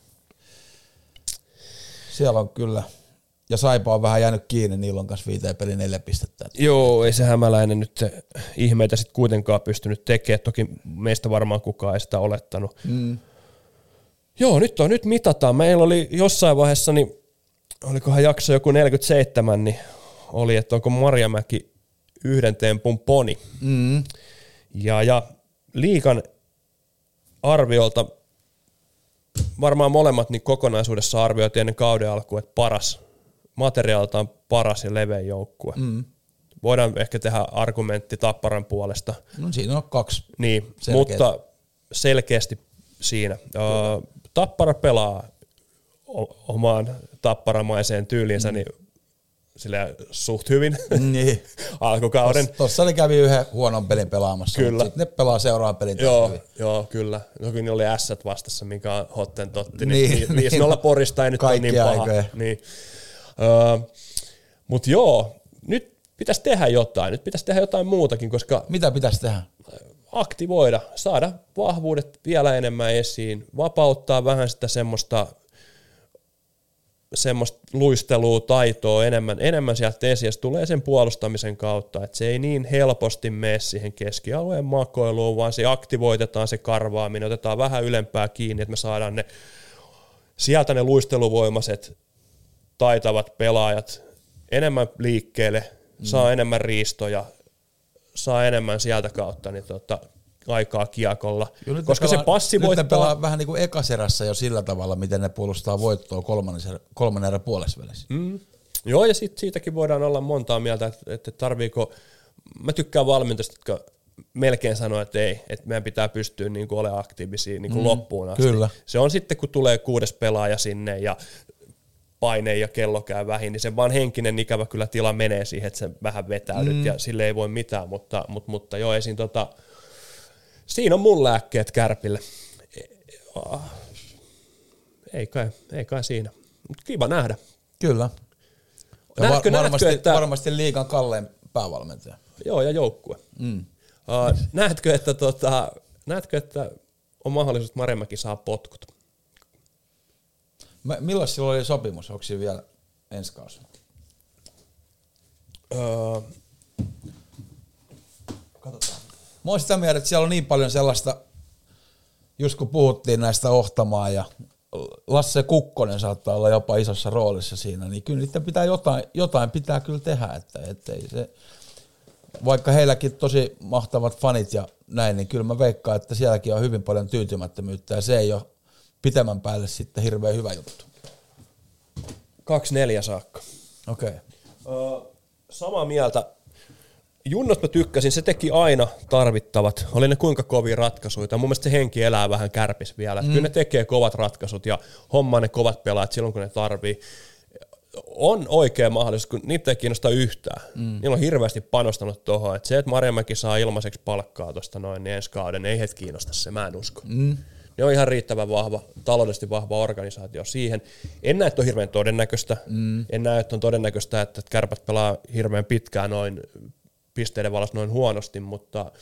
Siellä on kyllä, ja Saipa on vähän jäänyt kiinni, niillä on kanssa 5 peliin 4 pistettä. Joo, ei se Hämäläinen nyt ihmeitä sitten kuitenkaan pystynyt tekemään, toki meistä varmaan kukaan ei sitä olettanut. Joo, nyt mitataan. Meillä oli jossain vaiheessa, niin olikohan jakso joku 47, niin oli, että onko Marjamäki 1 tempun poni. Ja liigan arviolta varmaan molemmat niin kokonaisuudessa arvioitiin ennen kauden alkuun, että materiaaliltaan paras ja levein joukkue. Voidaan ehkä tehdä argumentti Tapparan puolesta. No siinä on 2 niin, mutta selkeästi siinä. Tappara pelaa omaan tapparamaiseen tyyliinsä niin silleen suht hyvin alkukauden. Tuossa oli kävi 1 huonon pelin pelaamassa, kyllä. Sitten ne pelaa seuraavan pelin. Joo, kyllä. Toki ne oli Ässät vastassa, mikä on hottentotti, niin 5-0 Porista ei nyt ole niin paha. Niin. Mutta joo, nyt pitäisi tehdä jotain. Nyt pitäisi tehdä jotain muutakin, koska... Mitä pitäisi tehdä? Aktivoida, saada vahvuudet vielä enemmän esiin, vapauttaa vähän sitä semmoista luistelua, taitoa enemmän sieltä esiin, se tulee sen puolustamisen kautta, että se ei niin helposti mene siihen keskialueen makoiluun, vaan se aktivoitetaan se karvaaminen, otetaan vähän ylempää kiinni, että me saadaan sieltä ne luisteluvoimaiset, taitavat pelaajat enemmän liikkeelle, saa enemmän riistoja, saa enemmän sieltä kautta niin aikaa kiekolla, koska se passi voittaa. Nyt ne pelaa vähän niin kuin ekaserässä jo sillä tavalla, miten ne puolustaa voittoa kolmannen erän puolesvälissä. Joo, ja siitäkin voidaan olla montaa mieltä, että tarviiko, mä tykkään valmentajista, jotka melkein sanoo, että ei, että meidän pitää pystyä niin kuin olemaan aktiivisia niin kuin loppuun asti. Kyllä. Se on sitten, kun tulee 6. pelaaja sinne ja paine ja kello käy vähin, niin se vaan henkinen ikävä kyllä tila menee siihen, että se vähän vetäydyt ja sille ei voi mitään, mutta joo, ei siinä on mun lääkkeet Kärpille. Ei kai siinä. Mutta kiva nähdä. Kyllä. Varmasti liigan kallein päävalmentaja. Joo, ja joukkue. Näetkö, että on mahdollisuus, että Marjamäki saa potkut? Milloin silloin oli sopimus? Onko siinä vielä ensi kausi? Katsotaan. Mä oon sitä mieltä, että siellä on niin paljon sellaista just kun puhuttiin näistä Ohtamaa ja Lasse Kukkonen saattaa olla jopa isossa roolissa siinä, niin kyllä niiden pitää jotain pitää kyllä tehdä, että ei se, vaikka heilläkin tosi mahtavat fanit ja näin, niin kyllä mä veikkaan, että sielläkin on hyvin paljon tyytymättömyyttä ja se ei ole pitemmän päälle sitten hirveän hyvä juttu. 2-4 saakka. Okei. Samaa mieltä. Junnosta mä tykkäsin, se teki aina tarvittavat, oli ne kuinka kovia ratkaisuja, mun mielestä se henki elää vähän Kärpis vielä, kyllä ne tekee kovat ratkaisut ja hommaa ne kovat pelaajat silloin kun ne tarvii. On oikea mahdollisuus, kun niitä ei kiinnosta yhtään. Niillä on hirveästi panostanut tuohon, että se, että Marjamäki saa ilmaiseksi palkkaa tuosta noin, niin ensi kauden ei heitä kiinnosta se, mä en usko. Ne on ihan riittävän vahva, taloudellisesti vahva organisaatio siihen. En näe, että on hirveän todennäköistä. En näe, että on todennäköistä, että Kärpät pelaa hirveän pitkään noin pisteiden valossa noin huonosti, mutta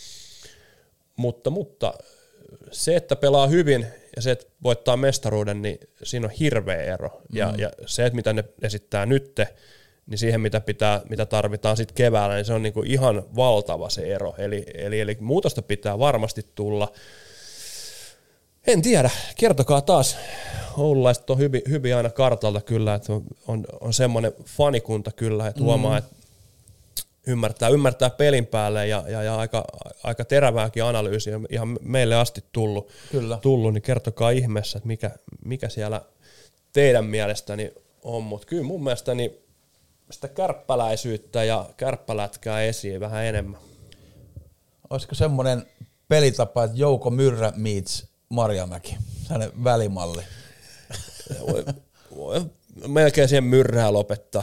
se, että pelaa hyvin ja se, että voittaa mestaruuden, niin siinä on hirveä ero. Ja se, että mitä ne esittää nytte, niin siihen, mitä tarvitaan sitten keväällä, niin se on niinku ihan valtava se ero. Eli muutosta pitää varmasti tulla. En tiedä, kertokaa taas. Oululaiset on hyvin aina kartalta kyllä, että on semmoinen fanikunta kyllä, että huomaa, että ymmärtää pelin päälle ja aika terävääkin analyysiä ihan meille asti tullut, niin kertokaa ihmeessä, että mikä siellä teidän mielestäni on, mutta kyllä mun mielestäni sitä kärppäläisyyttä ja kärppälätkää esiin vähän enemmän. Olisiko semmoinen pelitapa, että Jouko Myrrä meets Marjamäki, hänen välimalli? Melkein siihen Myrrää lopettaa.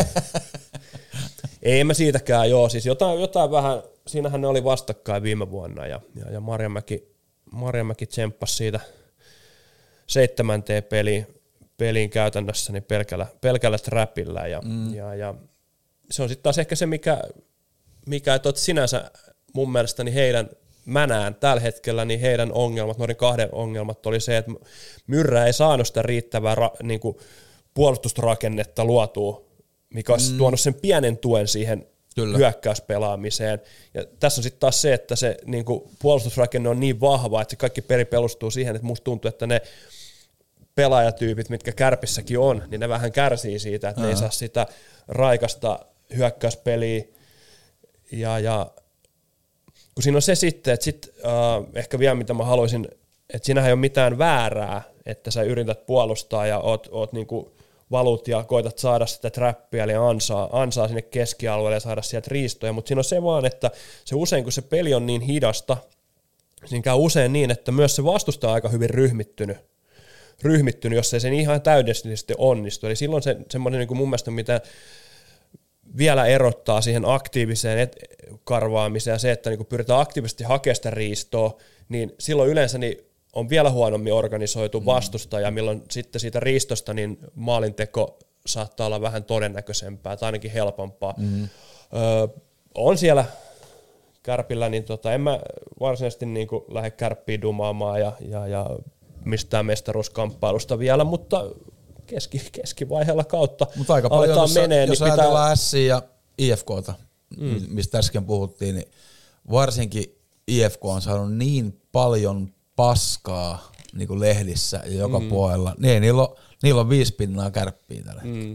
Ei mä siitäkään, joo, siis jotain vähän, siinähän ne oli vastakkain viime vuonna ja Marjamäki tsemppasi siitä 7. peliin käytännössä niin pelkällä trapillä ja se on sitten taas ehkä se, mikä että sinänsä mun mielestäni heidän mänään tällä hetkellä, niin heidän ongelmat, noiden kahden ongelmat oli se, että Myrrä ei saanut sitä riittävää niinku puolustusrakennetta luotua, mikä olisi tuonut sen pienen tuen siihen hyökkäyspelaamiseen. Ja tässä on sitten taas se, että se niin kuin puolustusrakenne on niin vahva, että se kaikki peli perustuu siihen, että musta tuntuu, että ne pelaajatyypit, mitkä Kärpissäkin on, niin ne vähän kärsii siitä, että ne ei saa sitä raikasta hyökkäyspeliä. Ja kun siinä on se sitten, että ehkä vielä mitä mä haluaisin, että siinähän ei ole mitään väärää, että sä yrität puolustaa ja oot niinku valut ja koetat saada sitä trappia, eli ansaa sinne keskialueelle ja saada sieltä riistoja, mutta siinä on se vaan, että se usein kun se peli on niin hidasta, siinä käy usein niin, että myös se vastustaja on aika hyvin ryhmittynyt, jos ei sen ihan täydellisesti onnistu, eli silloin semmoinen niin kuin mun mielestä, mitä vielä erottaa siihen aktiiviseen karvaamiseen ja se, että niin pyritään aktiivisesti hakemaan sitä riistoa, niin silloin yleensä niin on vielä huonommin organisoitu vastustaja, milloin sitten siitä riistosta niin maalinteko saattaa olla vähän todennäköisempää tai ainakin helpompaa. On siellä Kärpillä, niin en mä varsinaisesti niin lähde Kärppiin dumaamaan ja mistään mestaruuskamppailusta vielä, mutta keskivaiheella kautta mutta aika paljon, jos ajatellaan SC ja IFKta, mistä äsken puhuttiin, niin varsinkin IFK on saanut niin paljon paskaa niin kuin lehdissä ja joka puolella. Niin, niillä on 5 pinnaa Kärppiä tällä hetkellä.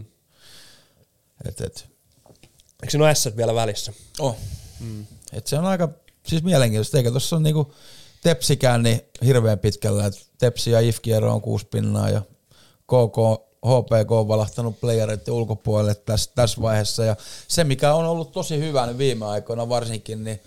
Eikö siinä ole ässät vielä välissä? Et se on aika siis mielenkiintoista, eikä tuossa on niinku Tepsikään niin hirveän pitkällä, että Tepsi ja IFK ero on 6 pinnaa ja HPK on valahtanut playereiden ulkopuolelle tässä vaiheessa ja se mikä on ollut tosi hyvä niin viime aikoina varsinkin, niin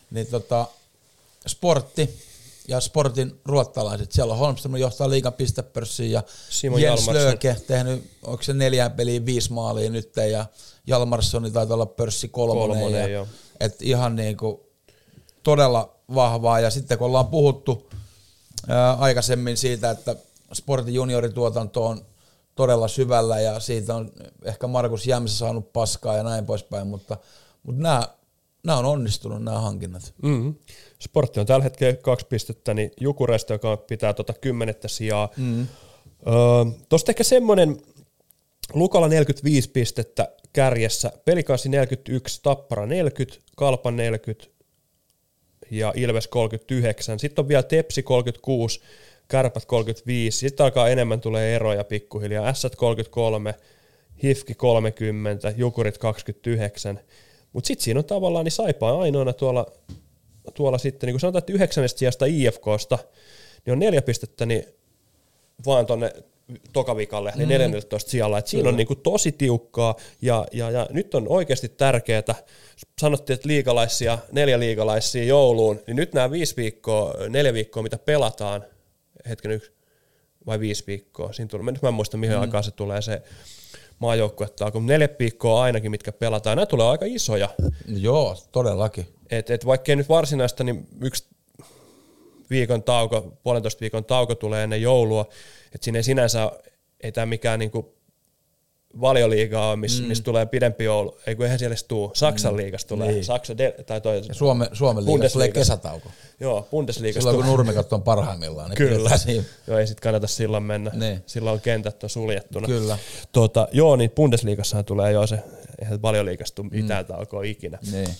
Sportti ja Sportin ruottalaiset. Siellä on Holmström johtaa liigan pistepörssiin ja Jens Lööke tehnyt, onko se 4 peliä 5 maalia nyt ja Jalmarssoni taitaa olla pörssi 3. Että ihan niinku todella vahvaa ja sitten kun ollaan puhuttu aikaisemmin siitä, että Sportin juniorituotanto on todella syvällä ja siitä on ehkä Markus Jämsä saanut paskaa ja näin poispäin, mutta nämä on onnistunut nämä hankinnat. Sportti on tällä hetkellä 2 pistettä, niin Jukureista, joka pitää 10. sijaa. Tuosta ehkä semmoinen Lukala 45 pistettä kärjessä, Pelikansi 41, Tappara 40, Kalpa 40 ja Ilves 39. Sitten on vielä Tepsi 36, Kärpät 35. Sitten alkaa enemmän tulee eroja pikkuhiljaa. Ässät 33, HIFK 30, Jukurit 29. Mutta sitten siinä on tavallaan, niin Saipa on ainoana tuolla sitten, niin kuin sanotaan, että 9. sijasta IFKsta, niin on 4 pistettä niin vaan tuonne tokavikalle, eli 14 sijalla. Et siinä on niin kuin tosi tiukkaa, ja nyt on oikeasti tärkeää. Sanottiin, että 4 liigalaisia jouluun, niin nyt nämä 4 viikkoa, mitä pelataan, 1 vai 5 viikkoa, siinä tulee, nyt mä en muista mihin aikaan se tulee se maajoukkuetta, kun 4 viikkoa ainakin, mitkä pelataan, nämä tulee aika isoja. Joo, todellakin. Et vaikkei nyt varsinaista, niin 1 viikon tauko, 1,5 viikon tauko tulee ennen joulua, että siinä ei sinänsä, ei tämä mikään niinku Valioliiga on, missä tulee pidempi joulu, eihän siellä edes tuu. Saksan liigassa tulee. Niin. Suomen liigassa tulee kesätauko. Joo, Bundesliigassa silloin kun nurmikat on parhaimmillaan. Niin kyllä. Joo, ei sit kannata silloin mennä. Niin. Silloin kentät on suljettuna. Kyllä. Joo, niin Bundesliigassahan tulee jo se, eihän Valioliigassa tule mitään taukoa ikinä.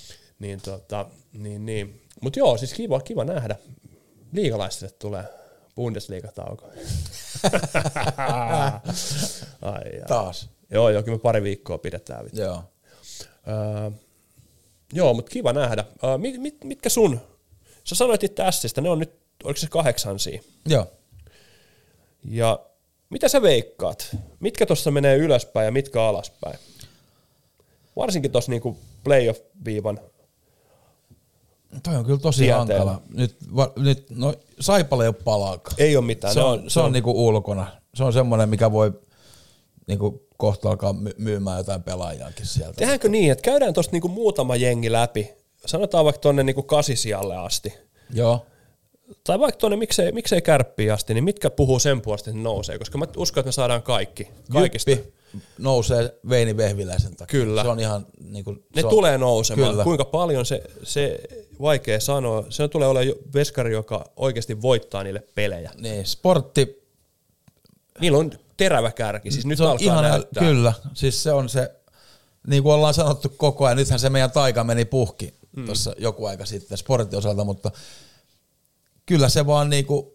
Niin. Mutta joo, siis kiva nähdä. Liigalaisille tulee Bundesliga-tauko. Taas. Joo, kyllä me 2 viikkoa pidetään. Joo, mutta kiva nähdä. Mitkä sun, sä sanoit itse Ässistä, ne on nyt, oliko se 8? Joo. Ja mitä sä veikkaat? Mitkä tuossa menee ylöspäin ja mitkä alaspäin? Varsinkin tuossa niinku playoff-viivan. Toi on kyllä tosi hankala. Nyt Saipalle ei ole palaakaan. Ei ole mitään. Se on niinku ulkona. Se on semmoinen, mikä voi niinku kohta alkaa myymään jotain pelaajiakin sieltä. Tehdäänkö niin, että käydään tuosta niinku muutama jengi läpi. Sanotaan vaikka tuonne niinku 8 sijalle asti. Joo. Tai vaikka tuonne miksei Kärppiin asti, niin mitkä puhuu sen puolesta, että ne nousee? Koska mä uskon, että me saadaan kaikista. Jyppi nousee Veini Vehviläisen takia. Kyllä. Se on ihan niinku, ne tulee nousemaan. Kyllä. Kuinka paljon se vaikea sanoa. Se tulee olemaan veskari, joka oikeasti voittaa niille pelejä. Niin, Sportti. Niillä on terävä kärki, siis nyt alkaa ihana, näyttää. Kyllä, siis se on se, niin kuin ollaan sanottu koko ajan, nythän se meidän taika meni puhki tuossa joku aika sitten Sportin osalta, mutta kyllä se vaan niinku,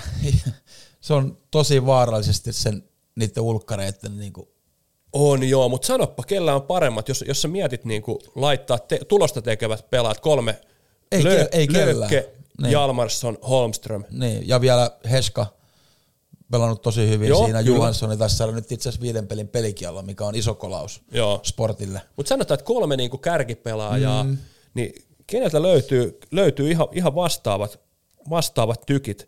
se on tosi vaarallisesti niiden ulkkareiden niinku. On joo, mutta sanoppa, kellä on paremmat, jos sä mietit niinku laittaa tulosta tekevät pelaat 3, Löökke, niin. Jalmarsson, Holmström. Niin, ja vielä Heska pelannut tosi hyvin siinä. Johanssoni tässä saada nyt itse asiassa 5 pelin pelikiello, mikä on iso kolaus Sportille. Mutta sanotaan, että 3 niinku kärkipelaajaa, niin keneltä löytyy ihan vastaavat tykit.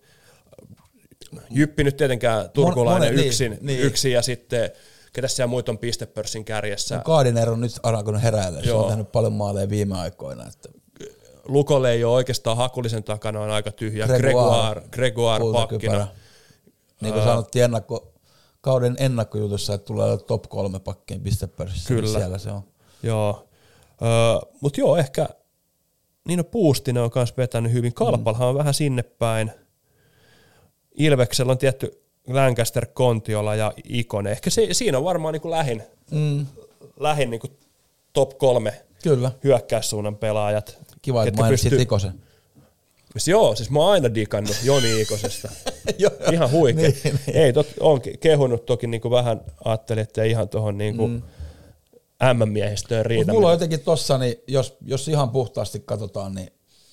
Jyppi nyt tietenkään turkulainen yksin ja sitten ketä siellä muut on pistepörssin kärjessä. No, Kaadiner on nyt alkanut heräillä, se on tehnyt paljon maaleja viime aikoina. Että Lukolle ei ole oikeastaan Hakulisen takana, on aika tyhjä. Gregoire pakkina. Niin kuin sanottiin kauden ennakkojutussa, että tulee olla top 3 pakkeen pistepörssissä. Kyllä. Siellä se on. Joo. Mutta joo, ehkä Niino Puustinen on myös vetänyt hyvin. Kalpalhan on vähän sinne päin. Ilveksellä on tietty Lancaster, Kontiola ja Ikonen. Ehkä siinä on varmaan niinku lähin niinku top 3 Kyllä. Hyökkäyssuunnan pelaajat. Kiva, että mainitsit Ikosen. Joo, siis mä oon aina digannut Joni Ikosesta. Ihan huikea. Niin. Ei, on kehunut toki niinku vähän, ajattelin, että ei ihan tuohon niinku M-miehistöön riitä. Mulla on jotenkin tossa, niin jos ihan puhtaasti katsotaan, niin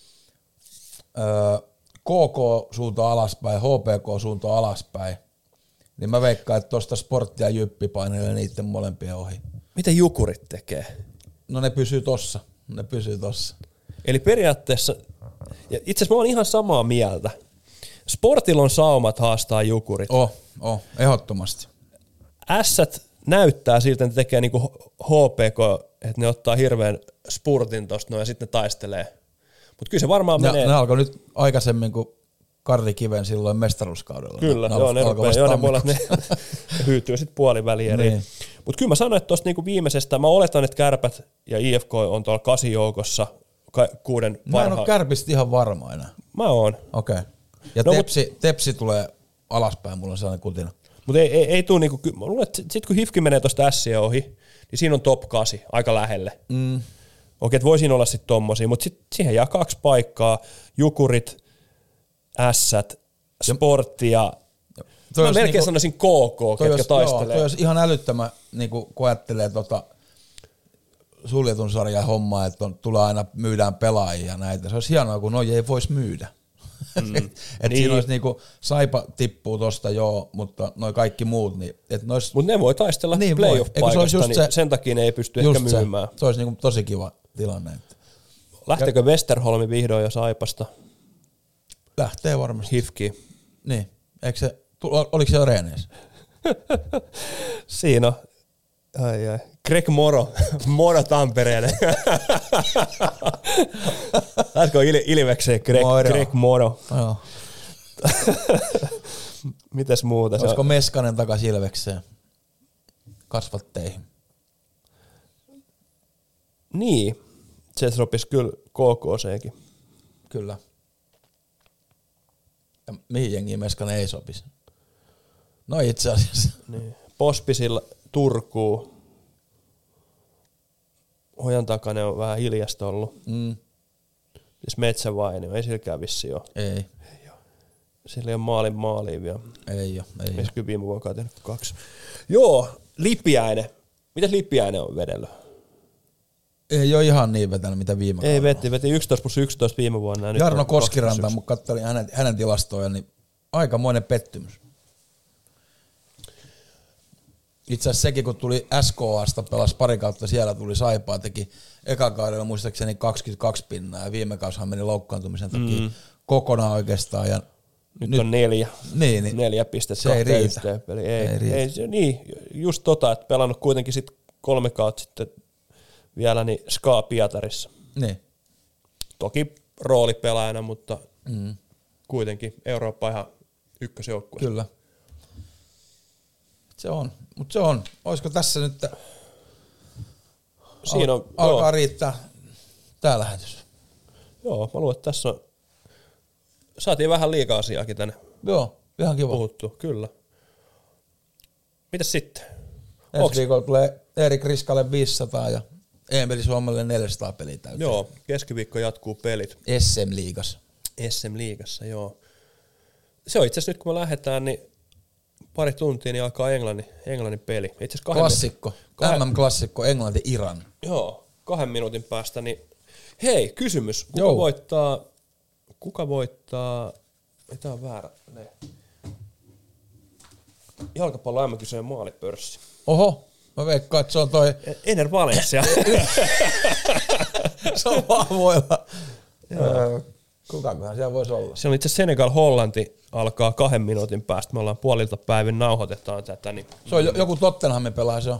KK suuntaan alaspäin, HPK suuntaan alaspäin, niin mä veikkaan, että tuosta Sportti ja Jyppi painelee niiden molempien ohi. Miten Jukurit tekee? No ne pysyy tossa. Eli periaatteessa, ja itse asiassa mä oon ihan samaa mieltä. Sportilla on saumat haastaa Jukurit. Ehdottomasti. Ässät näyttää siltä, että ne tekee niinku HPK, että ne ottaa hirveän spurtin tosta noin ja sitten ne taistelee. Mutta kyllä se varmaan menee. Ne alkoi nyt aikaisemmin kuin Karri Kiven silloin mestaruuskaudella. Kyllä, ne hyytyy sitten puoliväliin. Niin. Mutta kyllä mä sanoin, että tuosta niinku viimeisestä, mä oletan, että Kärpät ja IFK on tuolla 8 joukossa 6 parhaan. Mä en ole Kärpistä ihan varma enää. Mä oon. Okei. Ja Tepsi tulee alaspäin, mulla on sellainen kutina. Mutta ei tule niinku, mä luulen, että sit kun HIFK menee tuosta Ässiä ohi, niin siinä on top 8 aika lähelle. Okei, että voisin olla sitten tommosia, mutta sitten siihen jää 2 paikkaa, Jukurit, Ässät, Sportti ja mä melkein niinku, sanoisin KK, ketkä taistelee. Toi olisi ihan älyttömän, niinku, kun ajattelee suljetun sarjan hommaa, että tulee aina myydään pelaajia ja näitä. Se olisi hienoa, kun noi ei voisi myydä. Niin. Siinä olisi niinku, Saipa tippuu tosta mutta noi kaikki muut. Niin, mutta ne voi taistella niin playoff-paikasta, niin sen takia ne ei pysty ehkä myymään. Se olisi niinku tosi kiva tilanne. Lähteekö Westerholmi vihdoin jo Saipasta? Lähtee varmasti. Hifki. Niin. Oliko se jo reeneissä? Siinä on. Ai. Greg Moro Tampereelle. Lätkö Ilvekseen Greg Moro? Joo. Mites muuta? Olisiko Meskanen takaisin Ilvekseen kasvatteihin? Niin, se sopisi kyllä KKC:kin. Kyllä. Ja mihin jengiin Meskanen ei sopisi? No itse asiassa. Niin. Pospisilla Turkuun. Ojan takainen on vähän hiljasta ollut. Siis Metsävainen, ei silläkään vissiin ole. Ei. Sillä ei ole maaliin vielä. Ei ole. Mies kyllä viime vuonna tehnyt 2. Joo, Lipiäinen. Mitäs Lipiäinen on vedellyt? Ei ole ihan niin vetänyt, mitä viime vuonna. Ei veti 11+11 viime vuonna. Jarno Koskiranta, mun katselin hänen tilastoja, niin aikamoinen pettymys. Itse asiassa sekin, kun tuli SKAsta, pelasi pari kautta, siellä tuli Saipaa, teki eka kaudella muistaakseni 22 pinnaa ja viime kausihan meni loukkaantumisen takia kokonaan oikeastaan. Ja nyt on 4. Niin, 4 pistettä. Se ei riitä. Ei, niin, just että pelannut kuitenkin sit 3 kautta sitten vielä niin SKA Pietarissa. Niin. Toki roolipelaajana, mutta kuitenkin Eurooppa ihan ykkösjoukkue. Kyllä. Se on, mutta se on. Olisiko tässä nyt siinä on, alkaa riittää tää lähetys? Joo, mä luulen, että tässä on, saatiin vähän liikaa asiaakin tänne. Joo, ihan kiva. Puhuttu, kyllä. Mitäs sitten? Ensi viikolla tulee Erik Riskalle 500 ja Emeli Suomelle 400 peliä täyteen. Joo, keskiviikko jatkuu pelit. SM-liigassa. SM-liigassa, joo. Se on itse asiassa nyt kun me lähdetään, niin pari tuntia niin alkaa Englannin peli. Itse asiassa klassikko. MM-klassikko Englanti-Iran. Joo, 2 minuutin päästä. Niin, hei, kysymys. Kuka voittaa, ei tää on väärä. Ne. Jalkapallo MM-kisojen maalipörssi. Oho, mä veikkaan, että se on toi Ener Valencia. Se on vahvoilla. Kukakohan siellä voisi olla? Se on itse Senegal-Hollanti alkaa 2 minuutin päästä. Me ollaan puolilta päivin nauhoitetaan tätä. Niin se on joku Tottenhamin pelaaja se on.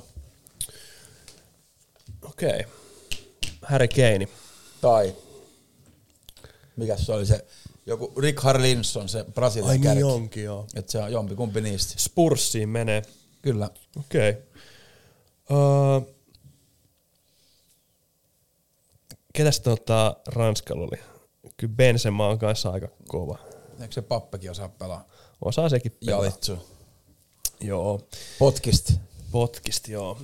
Okei. Harry Kane. Tai mikäs se oli se, joku Richarlison, se Brasilian kärki. Ai niin onkin, joo. Että se on jompikumpi niistä. Spurssiin menee. Kyllä. Okei. Ketäs Ranskalla oli? Kyllä Benzema on kanssa aika kova. Eikö se Pappekin osaa pelaa? Osaa sekin pelaa. Jalitsu. Joo. Potkist, joo.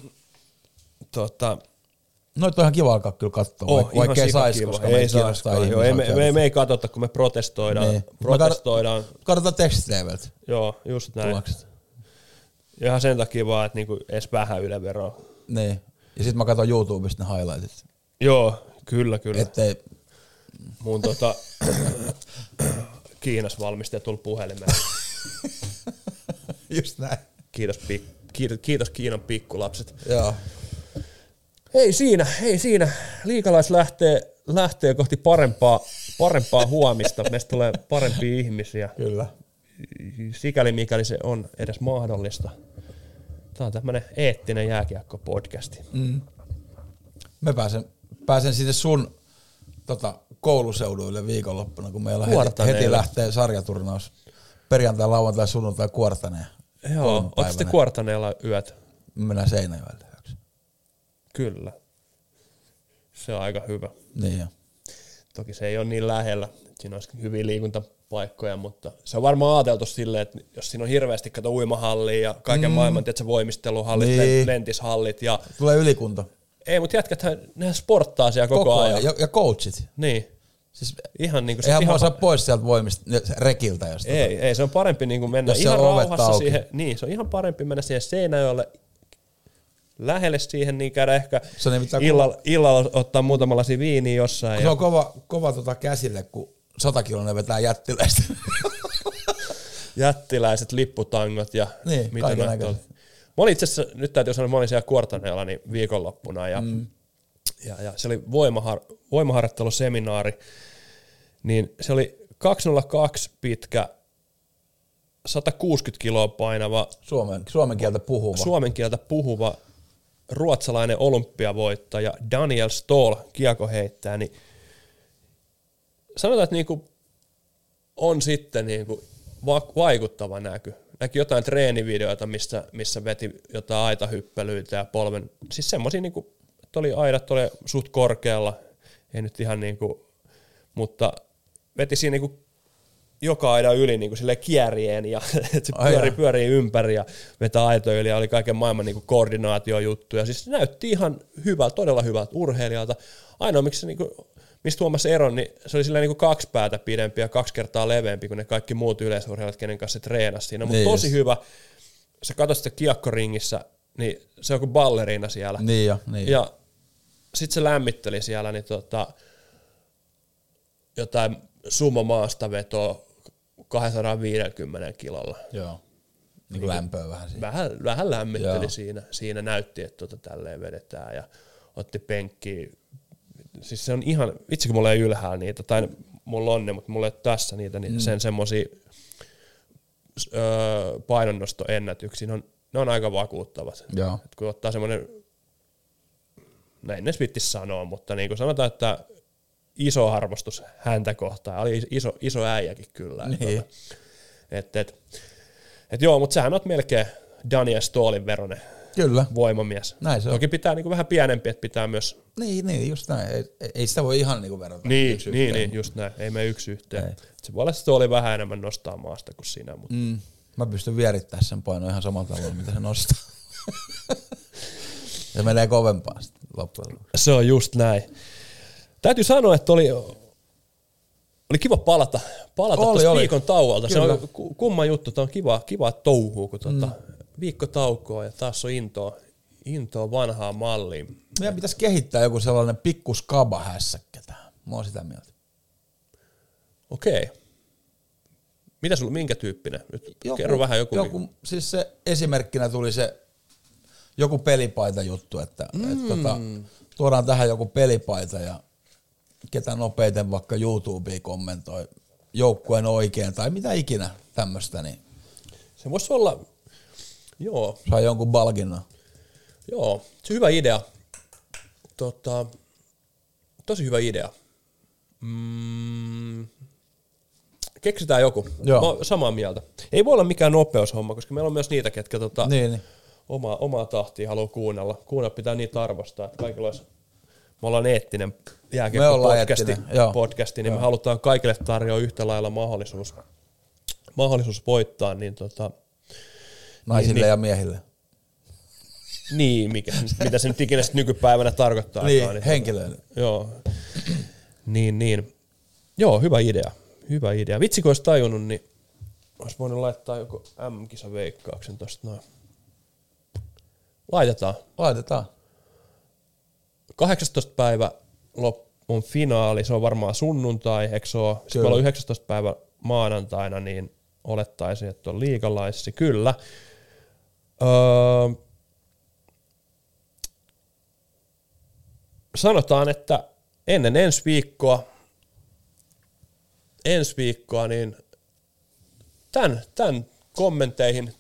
Noit on ihan kiva alkaa kyllä katsoa, vaikka ei saisi, koska me ei kiinnostaa ihmisiä. Me ei katsota, kun me protestoidaan. Niin. Katsotaan tekstiteeveltä. Joo, just näin. Tulokset. Ihan sen takia vaan, että niinku edes vähän yleveroa. Niin. Ja sit mä katson YouTubesta ne highlightit. Joo, kyllä. Ettei mun Kiinassa valmistaja tuli puhelimeen. Just näin. Kiitos Kiinan pikkulapset. Joo. Ei siinä. Liigalais lähtee kohti parempaa huomista. Meistä tulee parempia ihmisiä. Kyllä. Sikäli mikäli se on edes mahdollista. Tämä on tämmönen eettinen jääkiekko-podcasti. Mä pääsen sinne sun kouluseuduille viikonloppuna, kun meillä heti lähtee sarjaturnaus. Perjantai, lauantai, sunnuntai, Kuortaneen. Joo, ootko sitten Kuortaneella yöt? Mennään Seinäjoelle. Kyllä. Se on aika hyvä. Niin jo. Toki se ei ole niin lähellä. Siinä olisi hyviä liikuntapaikkoja, mutta se on varmaan ajateltu silleen, että jos siinä on hirveästi uimahallia ja kaiken maailman voimisteluhallit, lentishallit. Ja tulee ylikunto. Ei, mutta jätkäthän, nehän sporttaa siellä koko ajan. Ja coachit. Niin. Siis ihan niinku eihän mua saa pois sieltä voimista rekiltä. Jos ei, se on parempi niinku mennä ihan rauhassa siihen. Niin, se on ihan parempi mennä siihen Seinäjoelle lähelle siihen, niin käydä ehkä illalla ottaa muutama lasi viiniä jossain. Se on kova käsille, kun 100 kiloinen vetää jättiläistä. Jättiläiset lipputangot ja niin, mitä näitä. Mä olin itse asiassa, nyt täytyy sanoa, mä olin siellä Kuortaneella niin viikonloppuna ja se oli voimaharjoitteluseminaari, niin se oli 202 pitkä, 160 kiloa painava, suomen kieltä puhuva ruotsalainen olympiavoittaja Daniel Ståhl kiekoheittäjä, niin sanotaan, että niinku on sitten niinku vaikuttava näky. Näki jotain treenivideoita, missä veti jotain aitahyppelyitä ja polven, siis semmosia niinku, että oli aidat oli suht korkealla, ei nyt ihan niinku, mutta veti siinä niinku joka aidan yli niinku silleen kierrien ja se pyörii ympäri ja vetää aitoja yli ja oli kaiken maailman niinku koordinaatiojuttuja. Siis se näytti ihan hyvältä, todella hyvältä urheilijalta. Ainoa miksi se niinku, mistä huomasi eron, niin se oli silleen niinku 2 päätä pidempi ja 2 kertaa leveämpi kuin ne kaikki muut yleisurheilijat, kenen kanssa se treenasi siinä. Mutta niin tosi hyvä. Sä katsot sitä kiekkoringissä, niin se on kuin balleriina siellä. Niin ja sit se lämmitteli siellä niin jotain sumo-maastavetoa 250 kilolla. Joo. Niin kuin lämpöä vähän siinä. Vähän lämmitteli siinä näytti, että tälleen vedetään ja otti penkkiä. Siis se on ihan, itse kun mulla ei ylhäällä niitä, tai mulla on ne, mutta mulla ei ole tässä niitä, niin sen semmosia painonnostoennätyksiä, ne on aika vakuuttavat. Et kun ottaa semmoinen, näin ne vittis sanoa, mutta niin kuin sanotaan, että iso arvostus häntä kohtaan, oli iso äijäkin kyllä. Niin. Joo, mutta sähän oot melkein Daniel Ståhlin veronen. Kyllä. Voimamies. Näin se on. Toki pitää niinku vähän pienempi, että pitää myös... Niin, just näin. Ei sitä voi ihan niinku verrata. Niin, just näin. Ei mene yksi yhteen. Ei. Se voi olla, että Ståhli vähän enemmän nostaa maasta kuin sinä. Mutta... Mä pystyn vierittämään sen painoa ihan samalla tavalla, mitä se nostaa. Se menee kovempaa sitten loppujen lopuksi. Se on just näin. Täytyy sanoa, että oli kiva palata tuosta viikon tauolta. Kyllä. Se on kumma juttu, tämä on kiva touhua, kun viikko taukoa ja taas on intoa vanhaa malliin. Meidän pitäisi kehittää joku sellainen pikkuskaba-hässäkkä tähän. Mä oon sitä mieltä. Okei. Mitä sulla, minkä tyyppinen? Nyt kerro vähän joku. Siis se esimerkkinä tuli se joku pelipaita juttu, että tuodaan tähän joku pelipaita ja ketä nopeiten vaikka YouTubeen kommentoi joukkueen oikein tai mitä ikinä tämmöistä. Niin se voisi olla, joo. Sai jonkun palkinnon. Joo, se on hyvä idea. Tosi hyvä idea. Keksitään joku. Joo. Mä oon samaa mieltä. Ei voi olla mikään nopeushomma, koska meillä on myös niitä, ketkä niin. omaa tahtia haluaa kuunnella. Kuunnella pitää niitä arvostaa, että kaikilla olisi, me ollaan eettinen jääkiekko-podcasti, niin me halutaan kaikille tarjoa yhtä lailla mahdollisuus voittaa. Niin naisille ja miehille. Niin, mitä se nyt ikinä nykypäivänä tarkoittaa. Niin, henkilöille. Joo. Niin. Joo, hyvä idea. Vitsi, kun olisi tajunnut, niin olisi voinut laittaa joku M-kisaveikkauksen tosta noin. Laitetaan. 18. päivä on finaali, se on varmaan sunnuntai, eikö se ole? Sitten meillä on 19. päivä maanantaina, niin olettaisin, että on liigalaissi. Kyllä. Sanotaan, että ennen ensi viikkoa niin tämän kommentteihin,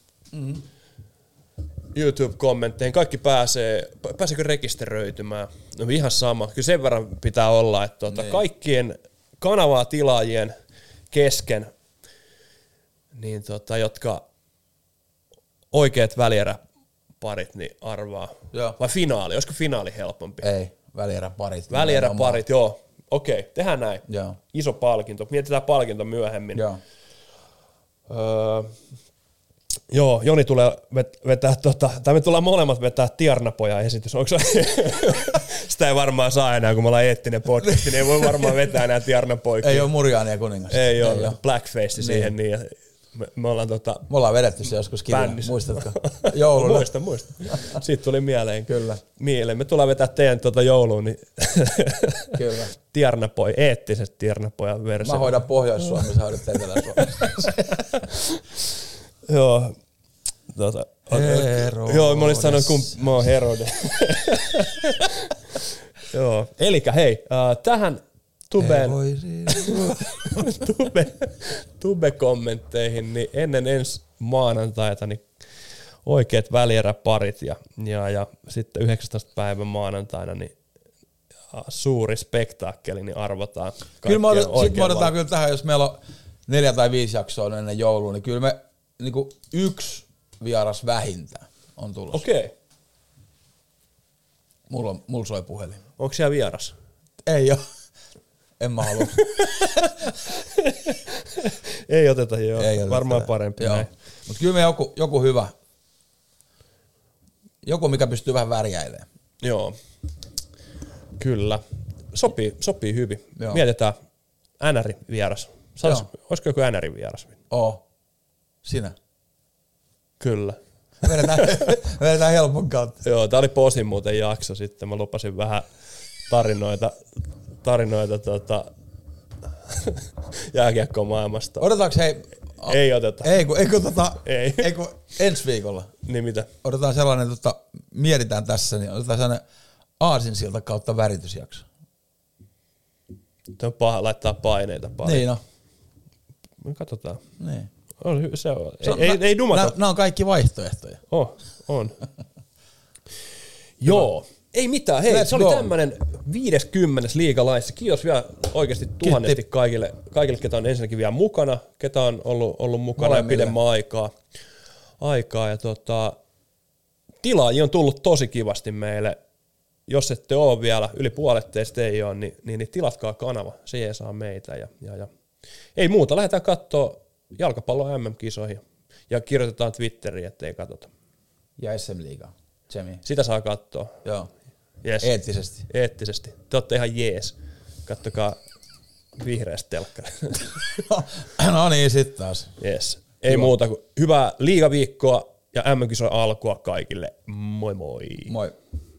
YouTube-kommentteihin, kaikki pääseekö rekisteröitymään? No ihan sama. Kyllä sen verran pitää olla, että kaikkien kanavaa tilaajien kesken, niin jotka oikeat välieräparit niin arvaa. Joo. Vai finaali? Olisiko finaali helpompi? Ei, välieräparit. Välieräparit, joo. Okei, tehdään näin. Joo. Iso palkinto. Mietitään palkinto myöhemmin. Joo. Joo, Joni tulee vetää, tai me tullaan molemmat vetää Tiarnapoja-esitys. Onko se? Sitä ei varmaan saa enää, kun me ollaan eettinen podcast, niin ei voi varmaan vetää enää Tiarnapoikia. Ei ole Murjaania kuningasta. Ei ole, blackface siihen niin. Me ollaan vedetty se joskus kirjaan, muistatko? Jouluna. Muista. Siitä tuli mieleen. Kyllä. Mieleen. Me tullaan vetää teidän jouluun, niin kyllä. Tiarnapoi, eettiset Tiarnapojan versio. Mä hoidan Pohjois-Suomessa, hoidat Etelä-Suomessa. Joo. Joo, mä olisin sanonut, kun mä oon Herode. Joo. Elikkä hei, tähän Tube-kommentteihin, niin ennen ensi maanantaita niin oikeat välieräparit ja sitten 19. päivän maanantaina niin suuri spektaakkeli, niin arvotaan kyllä sitten me otetaan kyllä tähän, jos meillä on 4 tai 5 jaksoa ennen joulua, niin kyllä me niin 1 vieras vähintään on tulossa. Okei. Mulla soi puhelin. Onko siellä vieras? Ei oo. En mä halua. Ei oteta, joo. Varmaan parempi näin. Mut kyllä me joku hyvä. Joku, mikä pystyy vähän värjäilemään. Joo. Kyllä. Sopii hyvin. Joo. Mietitään NR-vieras. Olisiko joku NR-vieras? Sinä. Kyllä. Vedetään helpon kautta. Joo, tää oli Posin muuten jakso sitten. Mä lupasin vähän tarinoita jääkiekkomaailmasta. Odotetaanko hei? Ei oteta. Ei kun ensi viikolla. Niin mitä? Odotetaan sellainen, mietitään tässä, niin otetaan sellainen aasinsilta kautta väritysjakso. Tämä on paha laittaa paineita paljon. Niin no. Katsotaan. Niin. Ei dumata. Nämä on kaikki vaihtoehtoja. On. Joo. Ei mitään. Hei, se oli tämmönen 50. liigalaissa. Kiitos vielä oikeasti tuhannesti kaikille, ketä on ensinnäkin vielä mukana, ketä on ollut mukana jo pidemmän aikaa. Ja tilaajia on tullut tosi kivasti meille. Jos ette ole vielä, yli puolet teistä ei ole, niin tilatkaa kanava. Se ei saa meitä. Ja. Ei muuta, lähdetään katsoa jalkapallon MM-kisoihin. Ja kirjoitetaan Twitteriin, ettei katsota. Ja SM-liigaa. Jemi. Sitä saa katsoa. Joo. Yes. Eettisesti. Te olette ihan jees. Kattokaa vihreästä telkkari. No niin, sit taas. Yes. Ei muuta kuin hyvää liigaviikkoa ja MM-kisojen alkua kaikille. Moi moi. Moi.